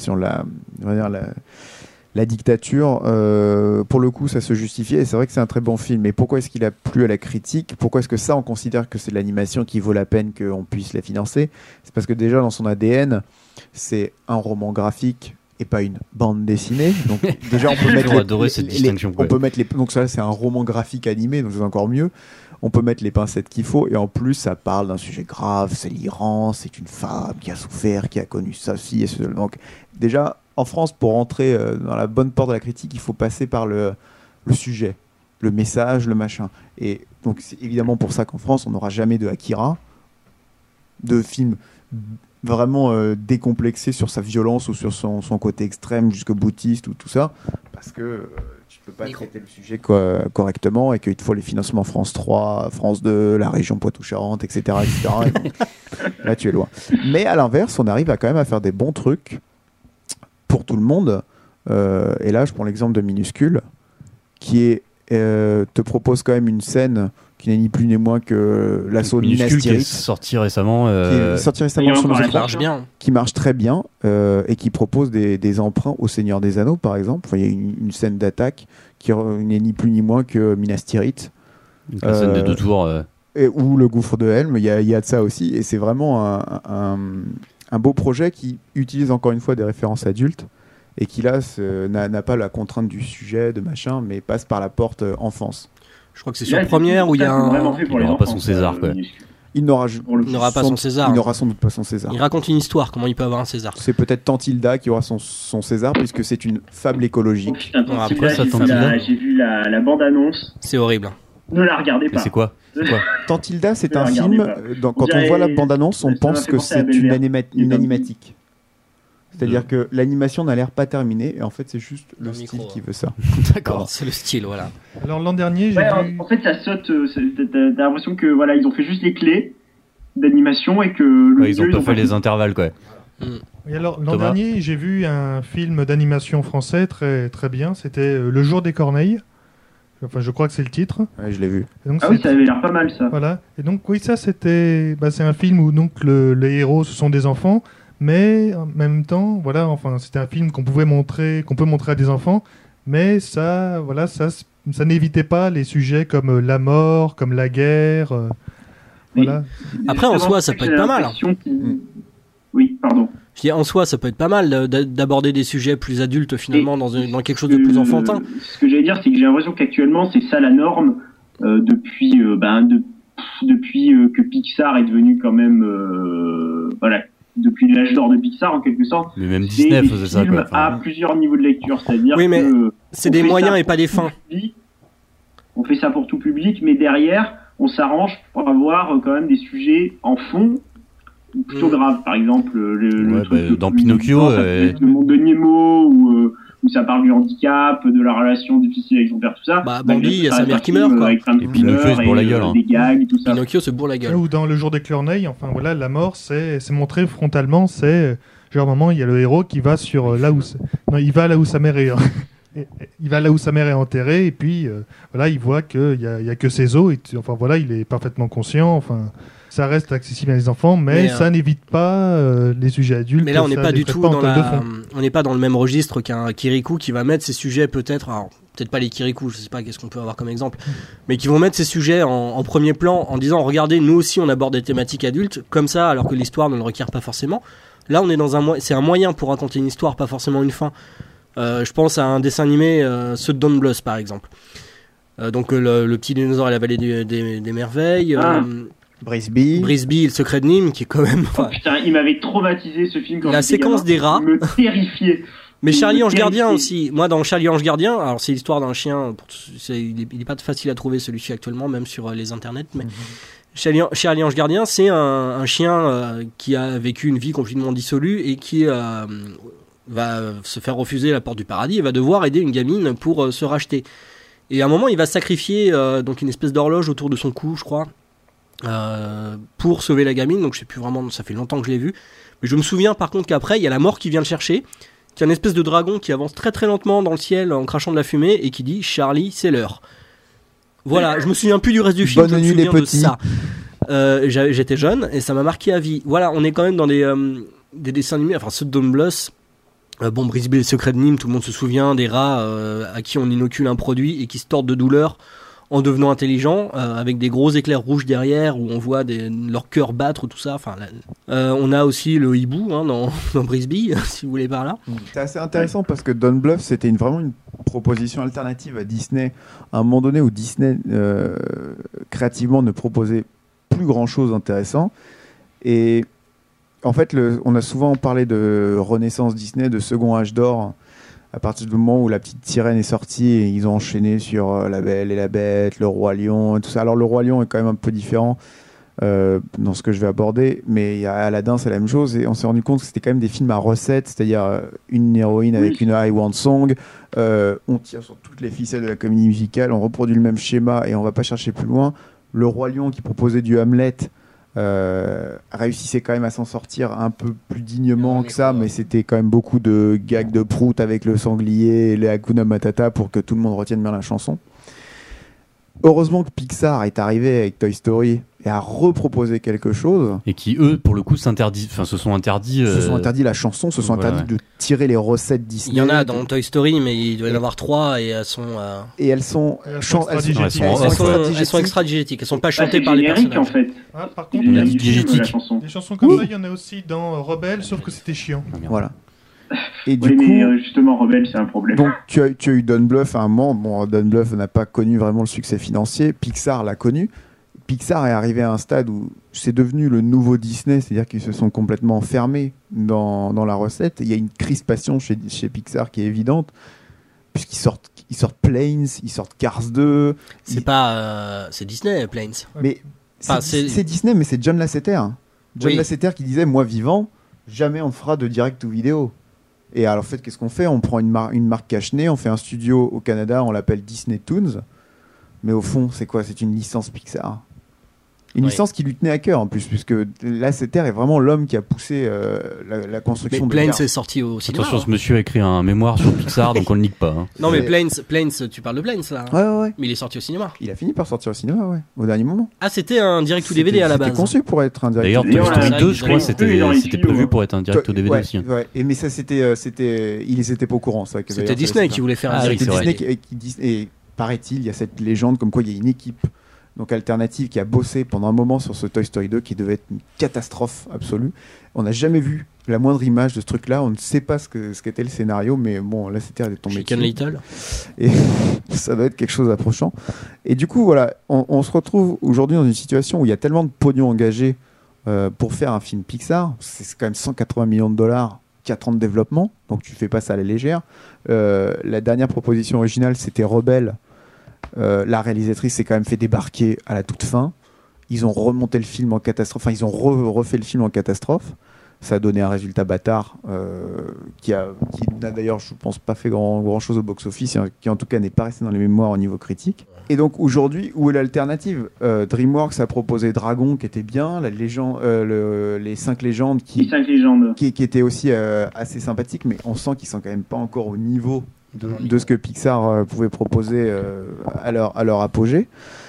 la dictature, pour le coup, ça se justifiait. Et c'est vrai que c'est un très bon film. Mais pourquoi est-ce qu'il a plu à la critique ? Pourquoi est-ce que ça, on considère que c'est de l'animation qui vaut la peine qu'on puisse la financer ? C'est parce que déjà, dans son ADN, c'est un roman graphique et pas une bande dessinée. Donc déjà, on peut mettre cette distinction. On peut mettre donc ça, c'est un roman graphique animé, donc c'est encore mieux. On peut mettre les pincettes qu'il faut. Et en plus, ça parle d'un sujet grave. C'est l'Iran, c'est une femme qui a souffert, qui a connu ça, ci et cela. Donc déjà... En France, pour entrer dans la bonne porte de la critique, il faut passer par le sujet, le message, le machin. Et donc, c'est évidemment pour ça qu'en France, on n'aura jamais de Akira, de film vraiment décomplexé sur sa violence ou sur son côté extrême, jusqu'au boutiste ou tout ça, parce que tu peux pas traiter le sujet correctement et qu'il te faut les financements France 3, France 2, la région Poitou-Charentes, etc. etc. Et donc, là, tu es loin. Mais à l'inverse, on arrive quand même à faire des bons trucs pour tout le monde, et là je prends l'exemple de Minuscule qui te propose quand même une scène qui n'est ni plus ni moins que l'assaut de Minas Tirith, qui est sorti récemment, sur nos écrans, qui marche très bien, et qui propose des emprunts au Seigneur des Anneaux par exemple. Enfin, il y a une scène d'attaque qui n'est ni plus ni moins que Minas Tirith, la scène des 2 tours, ou le gouffre de Helm. Il y a de ça aussi, et c'est vraiment un beau projet qui utilise encore une fois des références adultes et qui là n'a pas la contrainte du sujet, de machin, mais passe par la porte enfance. Je crois que c'est sur Première où il y a il n'aura pas son César, quoi. Il n'aura pas son César. Il n'aura sans doute pas son César. Il raconte une histoire, comment il peut avoir un César. C'est peut-être Tantilda qui aura son César, puisque c'est une fable écologique. Après ça, j'ai vu la bande-annonce. C'est horrible. Ne la regardez pas. Mais c'est quoi Tantilda, c'est un film. Quand on voit la bande-annonce, on pense que c'est une animatique. C'est-à-dire que l'animation n'a l'air pas terminée, et en fait, c'est juste le style qui veut ça. D'accord, c'est le style, voilà. Alors l'an dernier, j'ai vu... En fait, ça saute. T'as l'impression que voilà, ils ont fait juste les clés d'animation et que ils ont pas fait les intervalles, quoi. Et alors l'an dernier, j'ai vu un film d'animation français très très bien. C'était Le Jour des Corneilles. Enfin, je crois que c'est le titre. Ouais, je l'ai vu. Et donc, Ah oui, ça avait l'air pas mal ça. Voilà. Et donc, oui, ça, c'était. C'est un film où donc les héros, ce sont des enfants, mais en même temps, voilà, enfin, c'était un film qu'on peut montrer à des enfants, mais ça n'évitait pas les sujets comme la mort, comme la guerre. Voilà. Après, en soi, ça peut être pas mal. Oui, pardon. Je dis, en soi, ça peut être pas mal d'aborder des sujets plus adultes finalement dans quelque chose de plus enfantin. Ce que j'allais dire, c'est que j'ai l'impression qu'actuellement, c'est ça la norme depuis que Pixar est devenu quand même, depuis l'âge d'or de Pixar en quelque sorte. Mais même Disney faisait ça, quoi. Enfin, à plusieurs niveaux de lecture, c'est-à-dire oui, mais que c'est des moyens et pas des fins. On fait ça pour tout public, mais derrière, on s'arrange pour avoir quand même des sujets en fond plutôt graves. Par exemple, dans Pinocchio, le monde de Nemo où ça parle du handicap, de la relation difficile avec son père, tout ça. Bambi, il y a sa mère qui meurt, quoi. Et Pinocchio se bourre la gueule. Des gags, tout ça. Pinocchio se bourre la gueule. Ou dans Le Jour des Corneilles, enfin voilà, la mort, c'est montré frontalement, c'est genre moment, il y a le héros qui va il va là où sa mère est. Il va là où sa mère est enterrée et puis il voit qu'il y a que ses os. Il est parfaitement conscient. Enfin, ça reste accessible à les enfants, mais ça n'évite pas les sujets adultes. Mais là, on n'est pas du tout on n'est pas dans le même registre qu'un Kirikou qui va mettre ses sujets peut-être pas les Kirikou, je sais pas qu'est-ce qu'on peut avoir comme exemple, mais qui vont mettre ces sujets en premier plan en disant regardez, nous aussi on aborde des thématiques adultes comme ça, alors que l'histoire ne le requiert pas forcément. Là, on est c'est un moyen pour raconter une histoire, pas forcément une fin. Je pense à un dessin animé, ceux de Don Bluth par exemple. Donc le petit dinosaure et la vallée des merveilles. Brisby, le secret de Nîmes, qui est quand même. Putain, il m'avait traumatisé ce film quand la séquence des rats. Il me terrifiait. Mais Charlie Ange Gardien aussi. Moi, dans Charlie Ange Gardien, alors c'est l'histoire d'un chien. Il est pas facile à trouver celui-ci actuellement, même sur les internets. Mais Charlie Ange Gardien, c'est un chien qui a vécu une vie complètement dissolue et qui va se faire refuser la porte du paradis et va devoir aider une gamine pour se racheter. Et à un moment, il va sacrifier donc une espèce d'horloge autour de son cou, je crois, pour sauver la gamine. Donc je sais plus vraiment, ça fait longtemps que je l'ai vu. Mais je me souviens par contre qu'après, il y a la mort qui vient le chercher, qui est une espèce de dragon qui avance très très lentement dans le ciel en crachant de la fumée et qui dit « Charlie, c'est l'heure ». Voilà, je me souviens plus du reste du film, je me souviens de ça. J'étais jeune et ça m'a marqué à vie. Voilà, on est quand même dans des dessins animés, enfin ceux de Don Bluth. Brisby, le secret de Nîmes, tout le monde se souvient des rats à qui on inocule un produit et qui se tordent de douleur en devenant intelligents, avec des gros éclairs rouges derrière où on voit leur cœur battre, tout ça. Enfin, on a aussi le hibou dans Brisby, si vous voulez par là. C'est assez intéressant parce que Don Bluth, c'était vraiment une proposition alternative à Disney. À un moment donné où Disney, créativement, ne proposait plus grand-chose d'intéressant. Et en fait, on a souvent parlé de renaissance Disney, de second âge d'or, à partir du moment où la petite sirène est sortie et ils ont enchaîné sur La Belle et la Bête, Le Roi Lion et tout ça. Alors le Roi Lion est quand même un peu différent dans ce que je vais aborder, mais Aladdin c'est la même chose et on s'est rendu compte que c'était quand même des films à recettes, c'est-à-dire une héroïne avec une I Want Song, on tire sur toutes les ficelles de la comédie musicale, on reproduit le même schéma et on va pas chercher plus loin. Le Roi Lion qui proposait du Hamlet réussissait quand même à s'en sortir un peu plus dignement que ça, mais c'était quand même beaucoup de gags de prout avec le sanglier et les Hakuna Matata pour que tout le monde retienne bien la chanson. Heureusement que Pixar est arrivé avec Toy Story et a reproposé quelque chose. Et qui, eux, pour le coup, se sont interdits. Se sont interdits la chanson, se sont interdits de tirer les recettes Disney. Il y en a dans Toy Story, mais il doit y en avoir 3 et elles sont. Et elles sont extra-digétiques. Elles sont pas chantées par les personnages. En fait. Par contre, on a dit digétique. Des chansons comme ça, il y en a aussi dans Rebelle, sauf que c'était chiant. Voilà. Et du coup, mais justement, Rebelle, c'est un problème. Donc, tu as eu Don Bluth à un moment. Bon, Don Bluth n'a pas connu vraiment le succès financier. Pixar l'a connu. Pixar est arrivé à un stade où c'est devenu le nouveau Disney, c'est-à-dire qu'ils se sont complètement fermés dans la recette. Il y a une crispation chez Pixar qui est évidente, puisqu'ils sortent Planes, ils sortent Cars 2. C'est Disney, Planes. Mais c'est Disney, mais c'est John Lasseter. John Lasseter qui disait, moi vivant, jamais on ne fera de direct ou vidéo. Et alors, en fait, qu'est-ce qu'on fait ? On prend une marque cache-nez, on fait un studio au Canada, on l'appelle Disney Toons. Mais au fond, c'est quoi ? C'est une licence Pixar. Une Oui. licence qui lui tenait à cœur en plus, puisque Lasseter est vraiment l'homme qui a poussé la construction Mais de Planes Cars. est sorti au cinéma. Attention, hein. ce monsieur a écrit un mémoire sur Pixar, donc on le nique pas. Hein. Non, mais C'est- Planes, tu parles de Planes là. Ouais. Mais il est sorti au cinéma. Il a fini par sortir au cinéma, ouais, au dernier moment. Ah, c'était un direct to DVD à la base. C'était conçu pour être un direct D'ailleurs, to Toy DVD. D'ailleurs, Story là, 2, je crois, il est dans les c'était tuyaux, prévu hein. pour être un direct au DVD Ouais, aussi. hein. ouais. Et mais ça, ils étaient pas au courant. Ça, que C'était d'ailleurs, Disney ça, qui voulait faire un Ah oui, direct C'était c'est to vrai. Disney et paraît-il, il y a cette légende comme quoi il y a une équipe donc alternative qui a bossé pendant un moment sur ce Toy Story 2 qui devait être une catastrophe absolue. On n'a jamais vu la moindre image de ce truc-là. On ne sait pas ce qu'était le scénario, mais bon, là, c'était tombé Chicken dessus. Little. Et ça doit être quelque chose d'approchant. Et du coup, voilà, on se retrouve aujourd'hui dans une situation où il y a tellement de pognon engagé pour faire un film Pixar. C'est quand même 180 millions de dollars, 4 ans de développement, donc tu fais pas ça à la légère. La dernière proposition originale, c'était Rebelle. La réalisatrice s'est quand même fait débarquer à la toute fin. Ils ont remonté le film en catastrophe, enfin ils ont refait le film en catastrophe. Ça a donné un résultat bâtard qui n'a d'ailleurs, je pense, pas fait grand chose au box-office, et qui en tout cas n'est pas resté dans les mémoires au niveau critique. Et donc aujourd'hui, où est l'alternative ? DreamWorks a proposé Dragon, qui était bien, la légende, les 5 légendes, Les 5 légendes. qui était aussi assez sympathique, mais on sent qu'ils sont quand même pas encore au niveau de ce que Pixar pouvait proposer à leur apogée.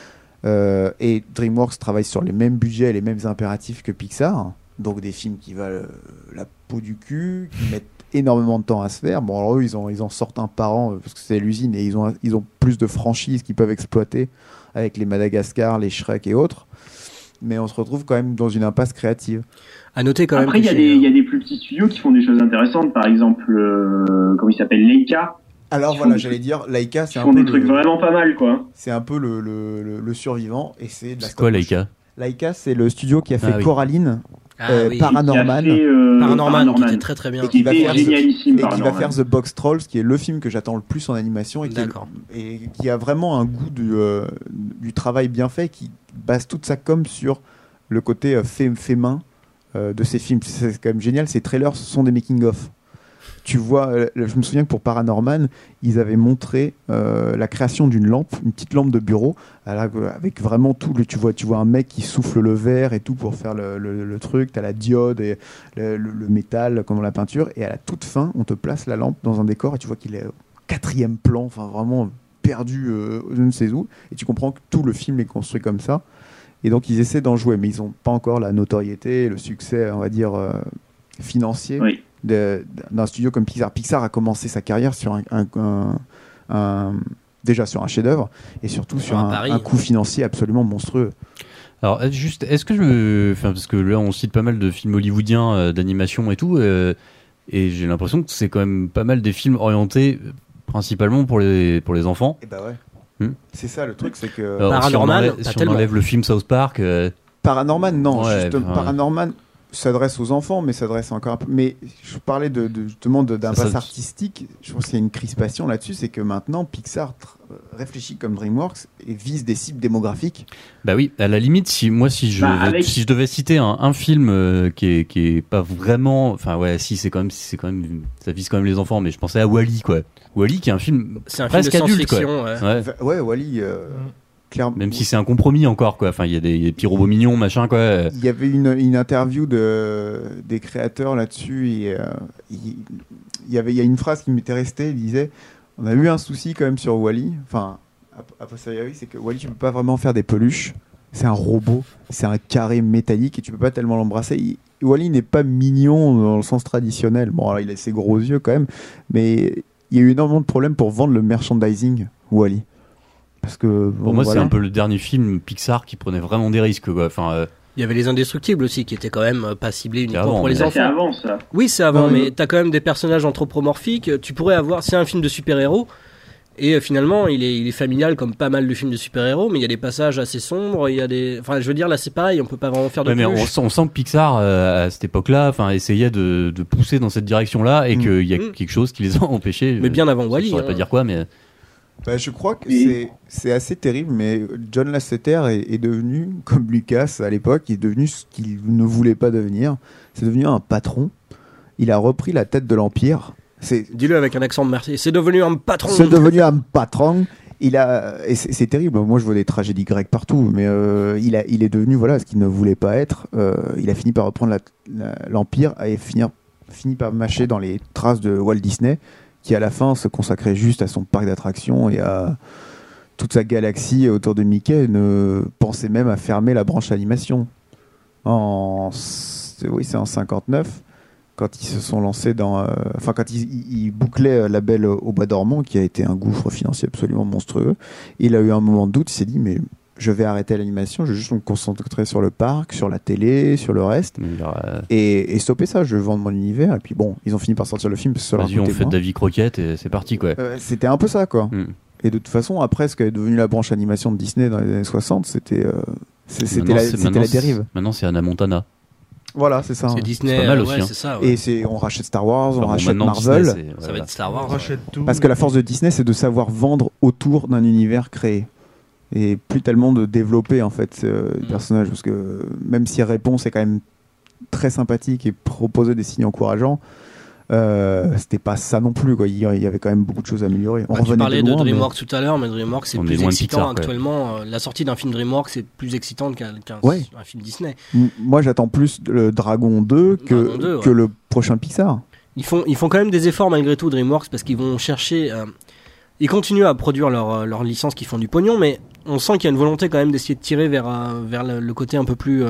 Et DreamWorks travaille sur les mêmes budgets et les mêmes impératifs que Pixar, donc des films qui valent la peau du cul, qui mettent énormément de temps à se faire. Bon, alors eux, ils en sortent un par an parce que c'est l'usine et ils ont plus de franchises qu'ils peuvent exploiter avec les Madagascar, les Shrek et autres. Mais on se retrouve quand même dans une impasse créative. À noter quand même. Après, il que y a des plus petits studios qui font des choses intéressantes. Par exemple, comment il s'appelle, Leica. Alors Ils voilà, font j'allais dire, Laika, Ils font des trucs vraiment pas mal, quoi. c'est un peu le survivant et c'est de la C'est quoi, stop Laika ? Laika, c'est le studio qui a fait Ah oui. Coraline, Ah oui. Paranorman, Qui a fait, Paranorman, qui était très très bien. Et qui va était faire génialissime, et qui va Paranorman. faire The Box Trolls, qui est le film que j'attends le plus en animation et D'accord. qui a vraiment un goût du travail bien fait, qui base toute sa com sur le côté fait main de ces films. C'est quand même génial. Ces trailers sont des making-of. Tu vois, je me souviens que pour Paranorman, ils avaient montré la création d'une lampe, une petite lampe de bureau, avec vraiment tout. Tu vois un mec qui souffle le verre et tout pour faire le truc. T'as la diode et le métal comme dans la peinture. Et à la toute fin, on te place la lampe dans un décor et tu vois qu'il est au 4e plan, enfin vraiment perdu je ne sais où. Et tu comprends que tout le film est construit comme ça. Et donc ils essaient d'en jouer, mais ils n'ont pas encore la notoriété et le succès, on va dire, financier. Oui. D'un studio comme Pixar. Pixar a commencé sa carrière sur déjà sur un chef-d'œuvre et surtout sur Un pari. un coût financier absolument monstrueux. Alors, juste, est-ce que parce que là, on cite pas mal de films hollywoodiens, d'animation et tout, et j'ai l'impression que c'est quand même pas mal des films orientés principalement pour les enfants. Et bah ouais. C'est ça le truc, c'est que Alors, Paranormal, si on tellement. enlève le film South Park, Paranorman, non, Ouais, juste enfin, Paranorman s'adresse aux enfants, mais s'adresse encore un peu. Mais je parlais justement d'un Ça, pass artistique. Je pense qu'il y a une crispation là-dessus, c'est que maintenant Pixar réfléchit comme DreamWorks et vise des cibles démographiques. bah oui, à la limite, si je devais citer un film qui est pas vraiment, enfin ouais, c'est quand même, ça vise quand même les enfants, mais je pensais à Wall-E, quoi. Wall-E qui est un film C'est un film de presque adulte, quoi. science-fiction. Ouais. Ouais. Ouais, Wall-E, clairement. Même si c'est un compromis encore, quoi. Enfin, il y a des petits robots mignons, machin, quoi. Il y avait une interview des créateurs là-dessus et il y a une phrase qui m'était restée. Il disait, on a eu un souci quand même sur Wall-E. Enfin, a posteriori, c'est que Wall-E, tu peux pas vraiment faire des peluches. C'est un robot, c'est un carré métallique et tu peux pas tellement l'embrasser. Wall-E n'est pas mignon dans le sens traditionnel. Bon, alors, il a ses gros yeux quand même, mais il y a eu énormément de problèmes pour vendre le merchandising Wall-E. Parce que Pour moi, c'est un peu le dernier film Pixar qui prenait vraiment des risques, quoi. Enfin, Il y avait Les Indestructibles aussi, qui étaient quand même pas ciblés uniquement avant, pour les Ça, c'est enfants. avant, ça. Oui, c'est avant, Ouais, mais ouais. t'as quand même des personnages anthropomorphiques. Tu pourrais avoir, c'est un film de super-héros, et finalement, il est familial comme pas mal de films de super-héros, mais il y a des passages assez sombres. Il y a des, enfin, je veux dire, là, c'est pareil, on peut pas vraiment faire de ouais, mais plus. on sent que Pixar, à cette époque-là, enfin, essayait de pousser dans cette direction-là et qu'il y a quelque chose qui les a empêchés. Mais bien avant Wall-E. Je saurais pas dire quoi, mais. Bah, je crois que Et- c'est assez terrible, mais John Lasseter est devenu, comme Lucas à l'époque, il est devenu ce qu'il ne voulait pas devenir. C'est devenu un patron. Il a repris la tête de l'Empire. C'est Dis-le avec un accent de Marseille. C'est devenu un patron. devenu un patron. Et c'est terrible. Moi, je vois des tragédies grecques partout, mais il est devenu ce qu'il ne voulait pas être. Il a fini par reprendre l'empire et fini par mâcher dans les traces de Walt Disney, qui à la fin se consacrait juste à son parc d'attractions et à toute sa galaxie autour de Mickey, ne pensait même à fermer la branche animation. C'est en 59. Quand ils se sont lancés quand ils bouclaient La Belle au Bois dormant, qui a été un gouffre financier absolument monstrueux, il a eu un moment de doute, il s'est dit mais je vais arrêter l'animation, je vais juste me concentrer sur le parc, sur la télé, sur le reste, et stopper ça, je vais vendre mon univers. Et puis bon, ils ont fini par sortir le film parce que ça leur Vas-y, on fait Davy Croquette et c'est parti quoi. C'était un peu ça quoi. Et de toute façon, après, ce qui est devenu la branche animation de Disney dans les années 60, c'était la dérive. Maintenant, c'est Hannah Montana. Voilà, c'est ça. C'est Disney, c'est pas mal aussi. C'est ça, ouais. Et on rachète Star Wars, on rachète Marvel. Disney, ça va être Star Wars. On rachète tout. Parce que la force de Disney, c'est de savoir vendre autour d'un univers créé. Et plus tellement de développer, en fait, les personnages. Parce que même si Réponse est quand même très sympathique et proposait des signes encourageants, c'était pas ça non plus quoi. Il y avait quand même beaucoup de choses à améliorer. Tu parlais de DreamWorks tout à l'heure, mais DreamWorks c'est plus excitant actuellement. La sortie d'un film DreamWorks c'est plus excitante qu'un film Disney. Moi j'attends plus le Dragon 2 que le prochain Pixar. Ils font quand même des efforts malgré tout DreamWorks, parce qu'ils vont chercher ils continuent à produire leurs licences qui font du pognon, mais on sent qu'il y a une volonté quand même d'essayer de tirer vers le côté un peu plus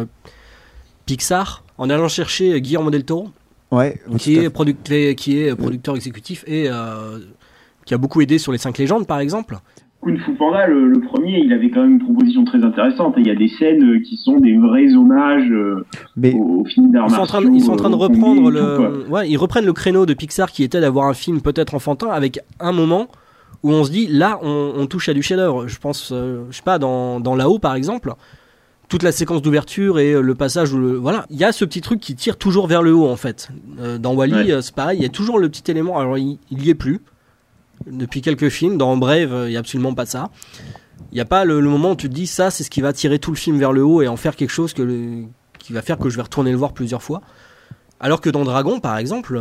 Pixar, en allant chercher Guillermo del Toro. Qui est producteur exécutif et qui a beaucoup aidé sur les 5 légendes par exemple. Kung Fu Panda, le premier, il avait quand même une proposition très intéressante. Il y a des scènes qui sont des vrais hommages aux films d'arts martiaux. Ils sont en train de reprendre ils reprennent le créneau de Pixar qui était d'avoir un film peut-être enfantin avec un moment où on se dit là on touche à du chef-d'œuvre. Je pense, je sais pas, dans Là-haut par exemple. Toute la séquence d'ouverture et le passage où il y a ce petit truc qui tire toujours vers le haut en fait. Dans Wall-E, c'est pareil, il y a toujours le petit élément. Alors il y est plus depuis quelques films. Dans Brave, il y a absolument pas ça. Il y a pas le moment où tu te dis ça, c'est ce qui va tirer tout le film vers le haut et en faire quelque chose qui va faire que je vais retourner le voir plusieurs fois. Alors que dans Dragon, par exemple,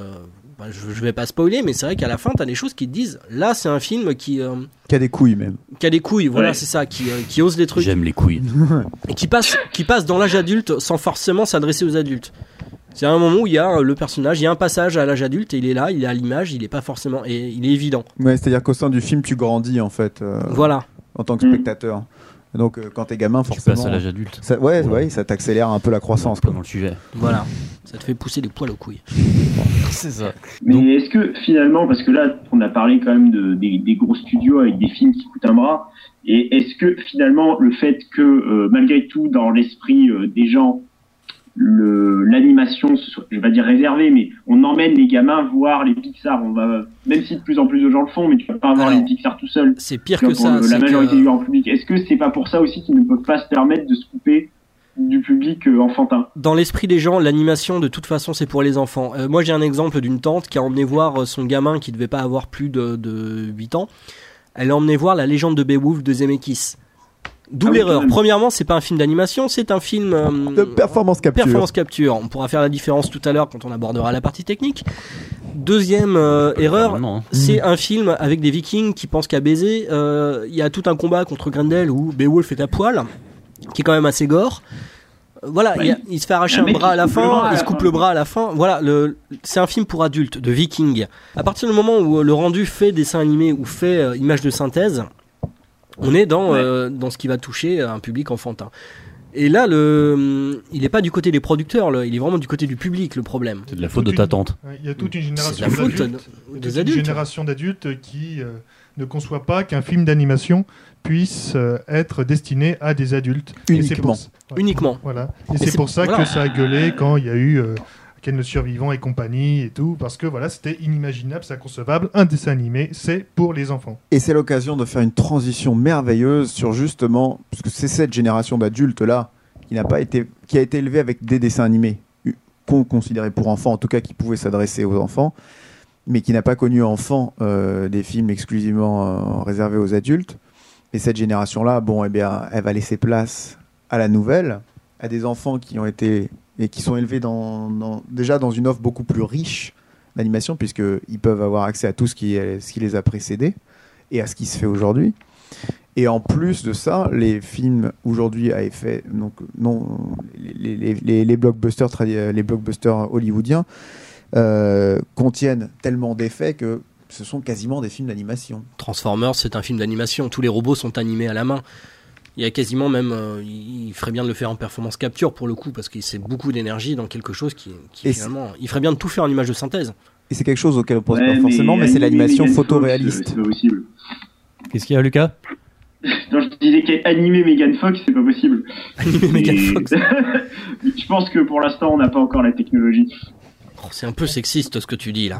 je vais pas spoiler, mais c'est vrai qu'à la fin, t'as des choses qui te disent là, c'est un film qui a des couilles même. Qui a des couilles, voilà, c'est ça, qui ose des trucs. J'aime les couilles. Et qui passe dans l'âge adulte sans forcément s'adresser aux adultes. C'est un moment où il y a le personnage, il y a un passage à l'âge adulte et il est là, il est à l'image, il est pas forcément, et il est évident. Ouais, c'est-à-dire qu'au sein du film, tu grandis en fait. Voilà. En tant que spectateur. Donc quand t'es gamin, forcément. Tu passes à l'âge adulte. Ça t'accélère un peu la croissance. Comme on le suivait. Voilà. Ça te fait pousser les poils aux couilles. C'est ça. Mais est-ce que finalement, parce que là, on a parlé quand même des gros studios avec des films qui coûtent un bras, et est-ce que finalement le fait que malgré tout dans l'esprit des gens, l'animation, je vais pas dire réservée, mais on emmène les gamins voir les Pixar. On va, même si de plus en plus de gens le font, mais tu vas pas voir les Pixar tout seul. C'est pire que ça. La majorité du grand public. Est-ce que c'est pas pour ça aussi qu'ils ne peuvent pas se permettre de se couper du public enfantin? Dans l'esprit des gens, l'animation de toute façon c'est pour les enfants. Moi j'ai un exemple d'une tante qui a emmené voir son gamin qui devait pas avoir plus de 8 ans. Elle a emmené voir La Légende de Beowulf de Zemeckis. Double erreur. Premièrement, c'est pas un film d'animation, c'est un film de performance capture. On pourra faire la différence tout à l'heure quand on abordera la partie technique. Deuxième erreur, c'est un film avec des Vikings qui pensent qu'à baiser. Il y a tout un combat contre Grendel où Beowulf est à poil, qui est quand même assez gore. Voilà, il se fait arracher un bras à la fin, il se coupe le bras à la fin. Voilà, c'est un film pour adultes, de Vikings. À partir du moment où le rendu fait dessin animé ou fait image de synthèse, on est dans ce qui va toucher un public enfantin. Et là, il n'est pas du côté des producteurs, il est vraiment du côté du public, le problème. C'est de la faute de ta tante. Il y a toute une génération d'adultes qui ne conçoit pas qu'un film d'animation puisse être destiné à des adultes. Uniquement. Voilà. Et c'est pour ça que ça a gueulé quand il y a eu Ken le Survivant et compagnie et tout, parce que voilà, c'était inimaginable, c'est inconcevable. Un dessin animé, c'est pour les enfants. Et c'est l'occasion de faire une transition merveilleuse sur justement, parce que c'est cette génération d'adultes là qui a été élevée avec des dessins animés qu'on considérait pour enfants, en tout cas qui pouvaient s'adresser aux enfants, mais qui n'a pas connu enfant des films exclusivement réservés aux adultes. Et cette génération-là, elle va laisser place à la nouvelle, à des enfants qui ont été et qui sont élevés déjà dans une offre beaucoup plus riche d'animation, puisqu'ils peuvent avoir accès à tout ce qui les a précédés. et à ce qui se fait aujourd'hui. Et en plus de ça, les films aujourd'hui à effet, donc non, les blockbusters, les blockbusters hollywoodiens contiennent tellement d'effets que ce sont quasiment des films d'animation. Transformers, c'est un film d'animation. Tous les robots sont animés à la main. Il y a quasiment même, il ferait bien de le faire en performance capture pour le coup, parce que c'est beaucoup d'énergie dans quelque chose qui finalement, il ferait bien de tout faire en image de synthèse. Et c'est quelque chose auquel on pense pas forcément, mais c'est l'animation photoréaliste. C'est pas possible. Qu'est-ce qu'il y a, Lucas? Non, je disais qu'animer Megan Fox, c'est pas possible. Animer Megan Fox. Je pense que pour l'instant, on n'a pas encore la technologie. Oh, c'est un peu sexiste ce que tu dis là.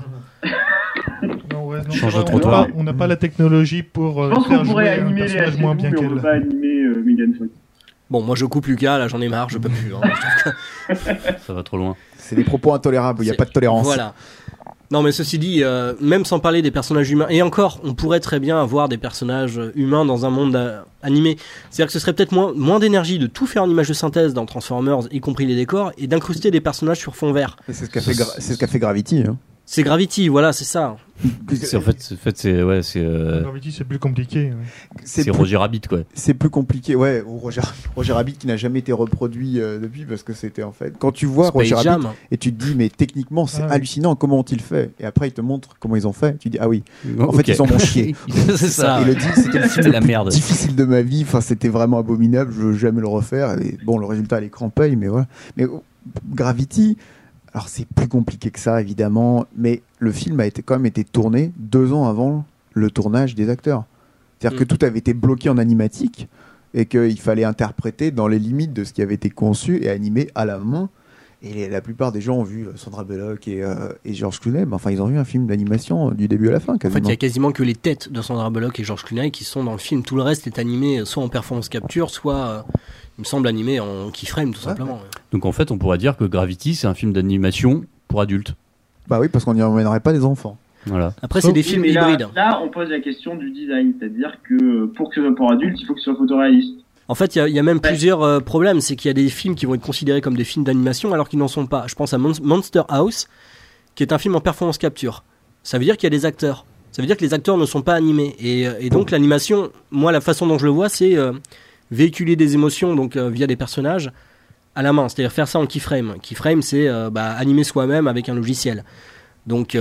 Non, Change de trottoir. On n'a pas la technologie pour Je pense faire qu'on jouer pourrait un animer les personnage moins bien mais on qu'elle. peut pas animer Megan Fox. Bon, moi je coupe Lucas, là j'en ai marre, je peux plus. Hein. Ça va trop loin. C'est des propos intolérables, il n'y a pas de tolérance. Voilà. Non, mais ceci dit, même sans parler des personnages humains, et encore, on pourrait très bien avoir des personnages humains dans un monde animé. C'est-à-dire que ce serait peut-être moins d'énergie de tout faire en image de synthèse dans Transformers, y compris les décors, et d'incruster des personnages sur fond vert. Et c'est ce qu'a fait Gravity. Hein. C'est Gravity, voilà, c'est ça. En fait, c'est Gravity, c'est plus compliqué. Ouais. c'est Roger Rabbit, quoi. C'est plus compliqué, ouais. Ou Roger Rabbit qui n'a jamais été reproduit depuis, parce que c'était en fait. Quand tu vois Space Roger Jam. Rabbit et tu te dis, mais techniquement, c'est Ah oui. hallucinant, comment ont-ils fait? Et après, ils te montrent comment ils ont fait. Tu dis, ah oui, en Ok. fait, ils en ont chié. c'est ça. Et il le dit, c'était le film C'est le la plus merde. difficile de ma vie. Enfin, c'était vraiment abominable. Je veux jamais le refaire. Et bon, le résultat à l'écran paye, mais voilà. Mais Gravity, alors c'est plus compliqué que ça, évidemment. Mais le film a quand même été tourné 2 ans avant le tournage des acteurs. C'est-à-dire que tout avait été bloqué en animatique et qu'il fallait interpréter dans les limites de ce qui avait été conçu et animé à la main. Et la plupart des gens ont vu Sandra Bullock et George Clooney. Mais enfin, ils ont vu un film d'animation du début à la fin, En fait, quasiment. il y a quasiment que les têtes de Sandra Bullock et George Clooney qui sont dans le film. Tout le reste est animé soit en performance capture, soit, il me semble, animé en keyframe, tout simplement. Donc en fait, on pourrait dire que Gravity, c'est un film d'animation pour adultes. Bah oui, parce qu'on n'y emmènerait pas des enfants. Voilà. Après, c'est des films mais hybrides. là, on pose la question du design, c'est-à-dire que pour que ce soit pour adultes, il faut que ce soit photoréaliste. En fait, il y a même plusieurs problèmes. C'est qu'il y a des films qui vont être considérés comme des films d'animation alors qu'ils n'en sont pas. Je pense à Monster House, qui est un film en performance capture. Ça veut dire qu'il y a des acteurs. Ça veut dire que les acteurs ne sont pas animés. Et donc l'animation, moi, la façon dont je le vois, c'est véhiculer des émotions donc via des personnages à la main. C'est-à-dire faire ça en keyframe. Keyframe, c'est animer soi-même avec un logiciel. Donc,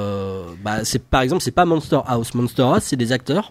c'est, par exemple, c'est pas Monster House. Monster House, c'est des acteurs.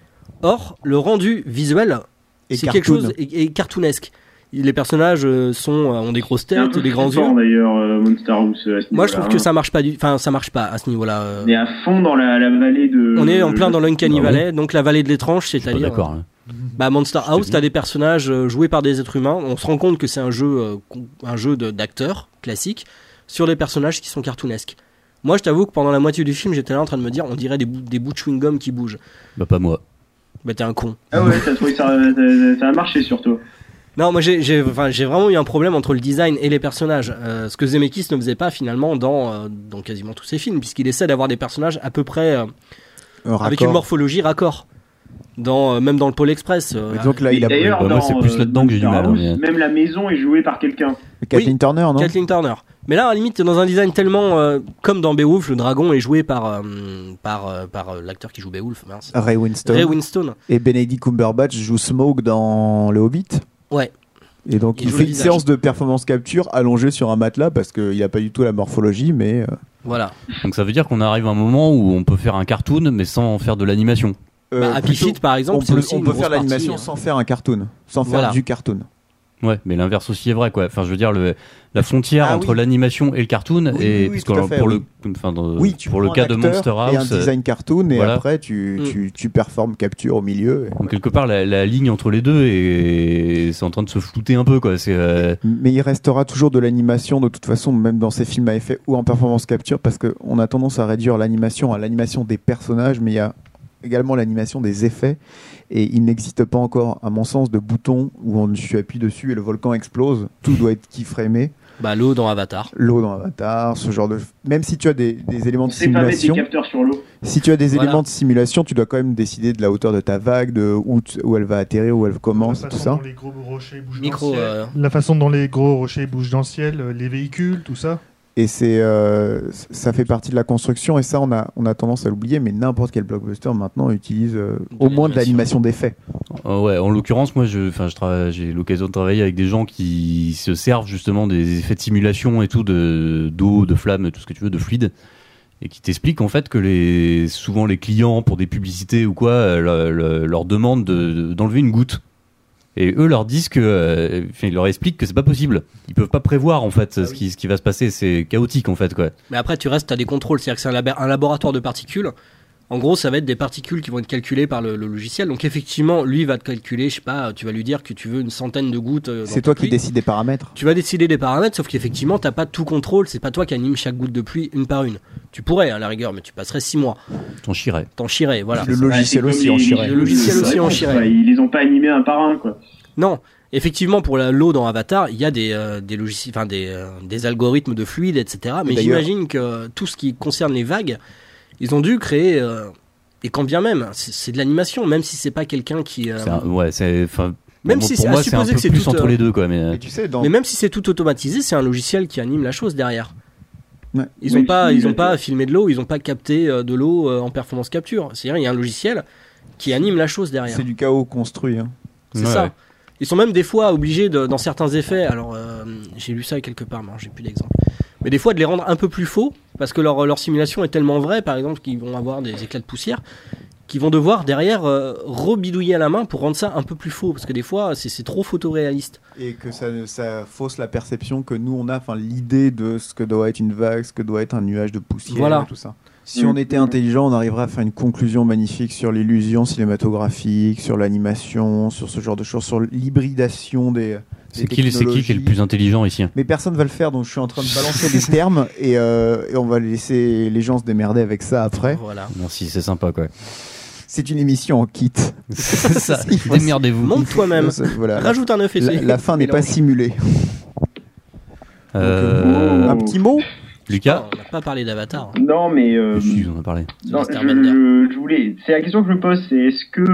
Or, le rendu visuel, Et c'est cartoon. quelque chose est cartoonesque. Les personnages ont des grosses C'est un têtes, peu des grands flippant, yeux. d'ailleurs, Monster House à ce niveau-là. Moi, je trouve que ça marche pas ça marche pas à ce niveau-là. On est à fond dans la vallée de. On est en plein dans l'Uncanny Ah ouais. Valley, donc la vallée de l'étrange, Je suis pas c'est-à-dire. d'accord. Hein. Monster House, bien. t'as des personnages joués par des êtres humains. On se rend compte que c'est un jeu d'acteurs classique sur des personnages qui sont cartoonesques. Moi, je t'avoue que pendant la moitié du film, j'étais là en train de me dire, on dirait des bouts de chewing-gum qui bougent. Bah pas moi. Bah t'es un con. Ah ouais, t'as trouvé que ça a marché sur toi. Non, moi j'ai vraiment eu un problème entre le design et les personnages. Ce que Zemeckis ne faisait pas finalement dans quasiment tous ses films, puisqu'il essaie d'avoir des personnages à peu près avec une morphologie raccord. Même dans le Pôle Express. Donc là, il a D'ailleurs, moi, c'est plus là-dedans que j'ai du mal, Monster hein, House, même la maison est jouée par quelqu'un. Kathleen Turner, non? Kathleen Turner. Mais là, à la limite, dans un design tellement comme dans Beowulf, le dragon est joué par l'acteur qui joue Beowulf. Mince. Ray Winstone. Ray Winstone. Et Benedict Cumberbatch joue Smaug dans Le Hobbit. Ouais. Et donc Il il joue fait le une visage. séance de performance capture allongée sur un matelas parce qu'il n'a pas du tout la morphologie, mais Voilà. Donc ça veut dire qu'on arrive à un moment où on peut faire un cartoon mais sans faire de l'animation. Happy plutôt, Feet, par exemple, c'est aussi on une peut grosse faire l'animation partie, hein. sans faire un cartoon, sans Voilà. faire du cartoon. Ouais, mais l'inverse aussi est vrai, quoi. Enfin, je veux dire, la frontière Ah entre oui. l'animation et le cartoon, Oui, et oui, parce tout que à fait, pour oui. Tu pour le prends cas un de acteur Monster et un House, design cartoon et voilà. après tu performes capture au milieu. donc quelque part la ligne entre les deux et c'est en train de se flouter un peu, quoi. C'est Mais il restera toujours de l'animation de toute façon, même dans ces films à effet ou en performance capture, parce qu'on a tendance à réduire l'animation à l'animation des personnages, mais il y a également l'animation des effets. Et il n'existe pas encore, à mon sens, de bouton où on appuie dessus et le volcan explose. Tout doit être keyframé. L'eau dans Avatar. L'eau dans Avatar, ce genre de... Même si tu as des éléments de C'est pas mettre des simulation, capteurs sur l'eau. si tu as des Voilà. éléments de simulation, tu dois quand même décider de la hauteur de ta vague, de où elle va atterrir, où elle commence, La tout façon ça. dont les gros rochers bougent Micro. dans le ciel. La façon dont les gros rochers bougent dans le ciel, les véhicules, tout ça. Et ça fait partie de la construction, et ça, on a tendance à l'oublier, mais n'importe quel blockbuster maintenant utilise au moins de l'animation d'effets. Ouais, en l'occurrence, moi, j'ai l'occasion de travailler avec des gens qui se servent justement des effets de simulation et tout, d'eau, de flammes, tout ce que tu veux, de fluide, et qui t'expliquent en fait que souvent les clients, pour des publicités ou quoi, leur demandent d'enlever une goutte. Et eux leur disent ils leur expliquent que c'est pas possible. Ils peuvent pas prévoir en fait ce qui va se passer. C'est chaotique en fait, quoi. Mais après tu restes, t'as des contrôles, c'est-à-dire que c'est un laboratoire de particules. En gros, ça va être des particules qui vont être calculées par le logiciel. Donc effectivement, lui va te calculer, je sais pas, tu vas lui dire que tu veux une centaine de gouttes. C'est toi qui décides des paramètres. Tu vas décider des paramètres, sauf qu'effectivement, t'as pas tout contrôle. C'est pas toi qui anime chaque goutte de pluie une par une. Tu pourrais, à la rigueur, mais tu passerais 6 mois. T'en chierais, voilà. Le logiciel aussi en chierait. Le logiciel aussi en chierait. Ils les ont pas animés un par un, quoi. Non, effectivement, pour l'eau dans Avatar, il y a des logiciels, enfin des algorithmes de fluide, etc. Mais j'imagine que tout ce qui concerne les vagues, ils ont dû créer, et quand bien même, c'est de l'animation, même si c'est pas quelqu'un qui. Même si pour moi, c'est un peu plus entre les deux, quoi. Mais même si c'est tout automatisé, c'est un logiciel qui anime la chose derrière. Ouais. Ils ont pas filmé de l'eau, ils ont pas capté de l'eau en performance capture. C'est-à-dire, il y a un logiciel qui anime la chose derrière. C'est du chaos construit. Hein. C'est ça. Ouais. Ils sont même des fois obligés dans certains effets, alors j'ai lu ça quelque part, mais j'ai plus d'exemple, mais des fois de les rendre un peu plus faux, parce que leur simulation est tellement vraie, par exemple, qu'ils vont avoir des éclats de poussière, qu'ils vont devoir derrière rebidouiller à la main pour rendre ça un peu plus faux, parce que des fois c'est trop photoréaliste. Et que ça fausse la perception que nous on a, enfin l'idée de ce que doit être une vague, ce que doit être un nuage de poussière, voilà. Et tout ça. Si on était intelligent, on arriverait à faire une conclusion magnifique sur l'illusion cinématographique, sur l'animation, sur ce genre de choses, sur l'hybridation des technologies. C'est qui est le plus intelligent ici? Mais personne va le faire, donc je suis en train de balancer des termes et on va laisser les gens se démerder avec ça après. Voilà. Merci, c'est sympa, quoi. C'est une émission en kit. C'est ça, démerdez-vous. Monte toi-même. Voilà. Rajoute un œuf et la fin n'est pas simulée. Un petit mot, Lucas? On n'a pas parlé d'Avatar. Non, mais si, on en a parlé. Non, je voulais. C'est la question que je me pose, c'est est-ce que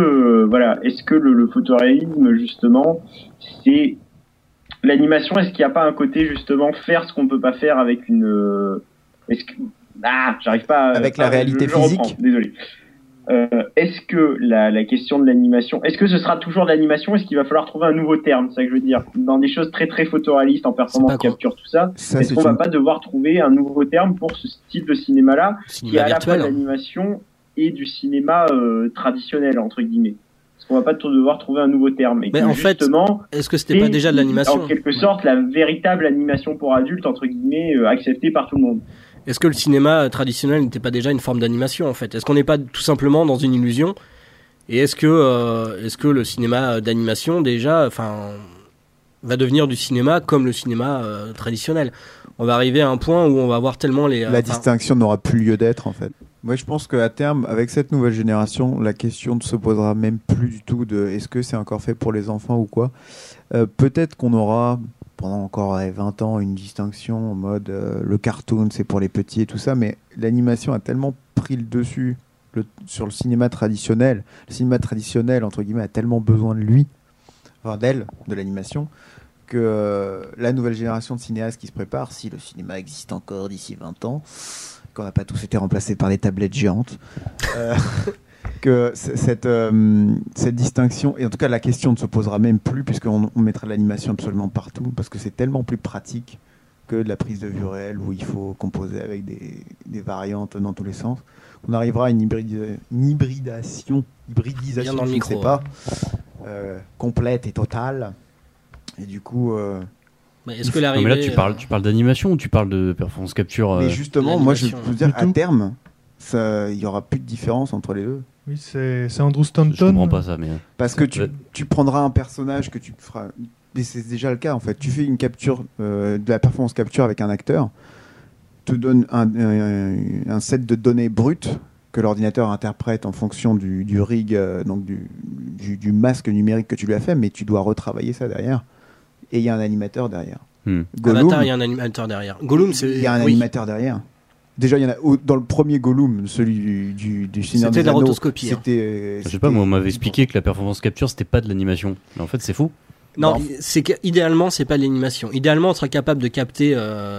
le photoréalisme justement, c'est l'animation, est-ce qu'il n'y a pas un côté justement faire ce qu'on peut pas faire avec une j'arrive pas avec la réalité physique. Reprends, désolé. Est-ce que la question de l'animation, est-ce que ce sera toujours de l'animation? Est-ce qu'il va falloir trouver un nouveau terme? C'est ça que je veux dire. Dans des choses très très photoréalistes, en performance capture, tout ça, est-ce qu'on va pas devoir trouver un nouveau terme pour ce style de cinéma-là, qui est à la fois de l'animation et du cinéma traditionnel, entre guillemets? Est-ce qu'on va pas devoir trouver un nouveau terme? Et mais en fait, est-ce que c'était pas déjà de l'animation? En quelque sorte, la véritable animation pour adultes, entre guillemets, acceptée par tout le monde. Est-ce que le cinéma traditionnel n'était pas déjà une forme d'animation, en fait? Est-ce qu'on n'est pas tout simplement dans une illusion? Et est-ce que le cinéma d'animation déjà, va devenir du cinéma comme le cinéma traditionnel? On va arriver à un point où on va avoir tellement la distinction n'aura plus lieu d'être, en fait. Moi, je pense qu'à terme, avec cette nouvelle génération, la question ne se posera même plus du tout de est-ce que c'est encore fait pour les enfants ou quoi. Peut-être qu'on aura pendant encore 20 ans une distinction en mode le cartoon c'est pour les petits et tout ça, mais l'animation a tellement pris le dessus sur le cinéma traditionnel. Le cinéma traditionnel, entre guillemets, a tellement besoin de lui, d'elle, de l'animation, que la nouvelle génération de cinéastes qui se prépare, si le cinéma existe encore d'ici 20 ans, qu'on n'a pas tous été remplacés par des tablettes géantes, que cette distinction, et en tout cas la question ne se posera même plus, puisqu'on mettra l'animation absolument partout, parce que c'est tellement plus pratique que de la prise de vue réelle où il faut composer avec des variantes dans tous les sens. On arrivera à une hybridisation, dans je ne sais pas, complète et totale. Et du coup... Mais est-ce que l'arrivée... mais là, tu parles d'animation ou tu parles de performance capture Mais justement, moi, je peux dire, à terme, il n'y aura plus de différence entre les deux. Oui, c'est Andrew Stanton. Je comprends pas ça, mais... Parce que tu prendras un personnage que tu feras... Et c'est déjà le cas, en fait. Tu fais une capture, de la performance capture avec un acteur, te donne un set de données brutes que l'ordinateur interprète en fonction du rig, donc du masque numérique que tu lui as fait, mais tu dois retravailler ça derrière. Et il y a un animateur derrière. Gollum, Avatar, il y a un animateur derrière. Gollum, c'est... Il y a un animateur derrière. Déjà, il y en a dans le premier Gollum, celui du Seigneur des Anneaux. C'était de la rotoscopie. Je sais pas, moi, on m'avait expliqué que la performance capture, c'était pas de l'animation. Mais en fait, c'est faux. Non, Bon. c'est qu'idéalement, c'est pas de l'animation. Idéalement, on sera capable de capter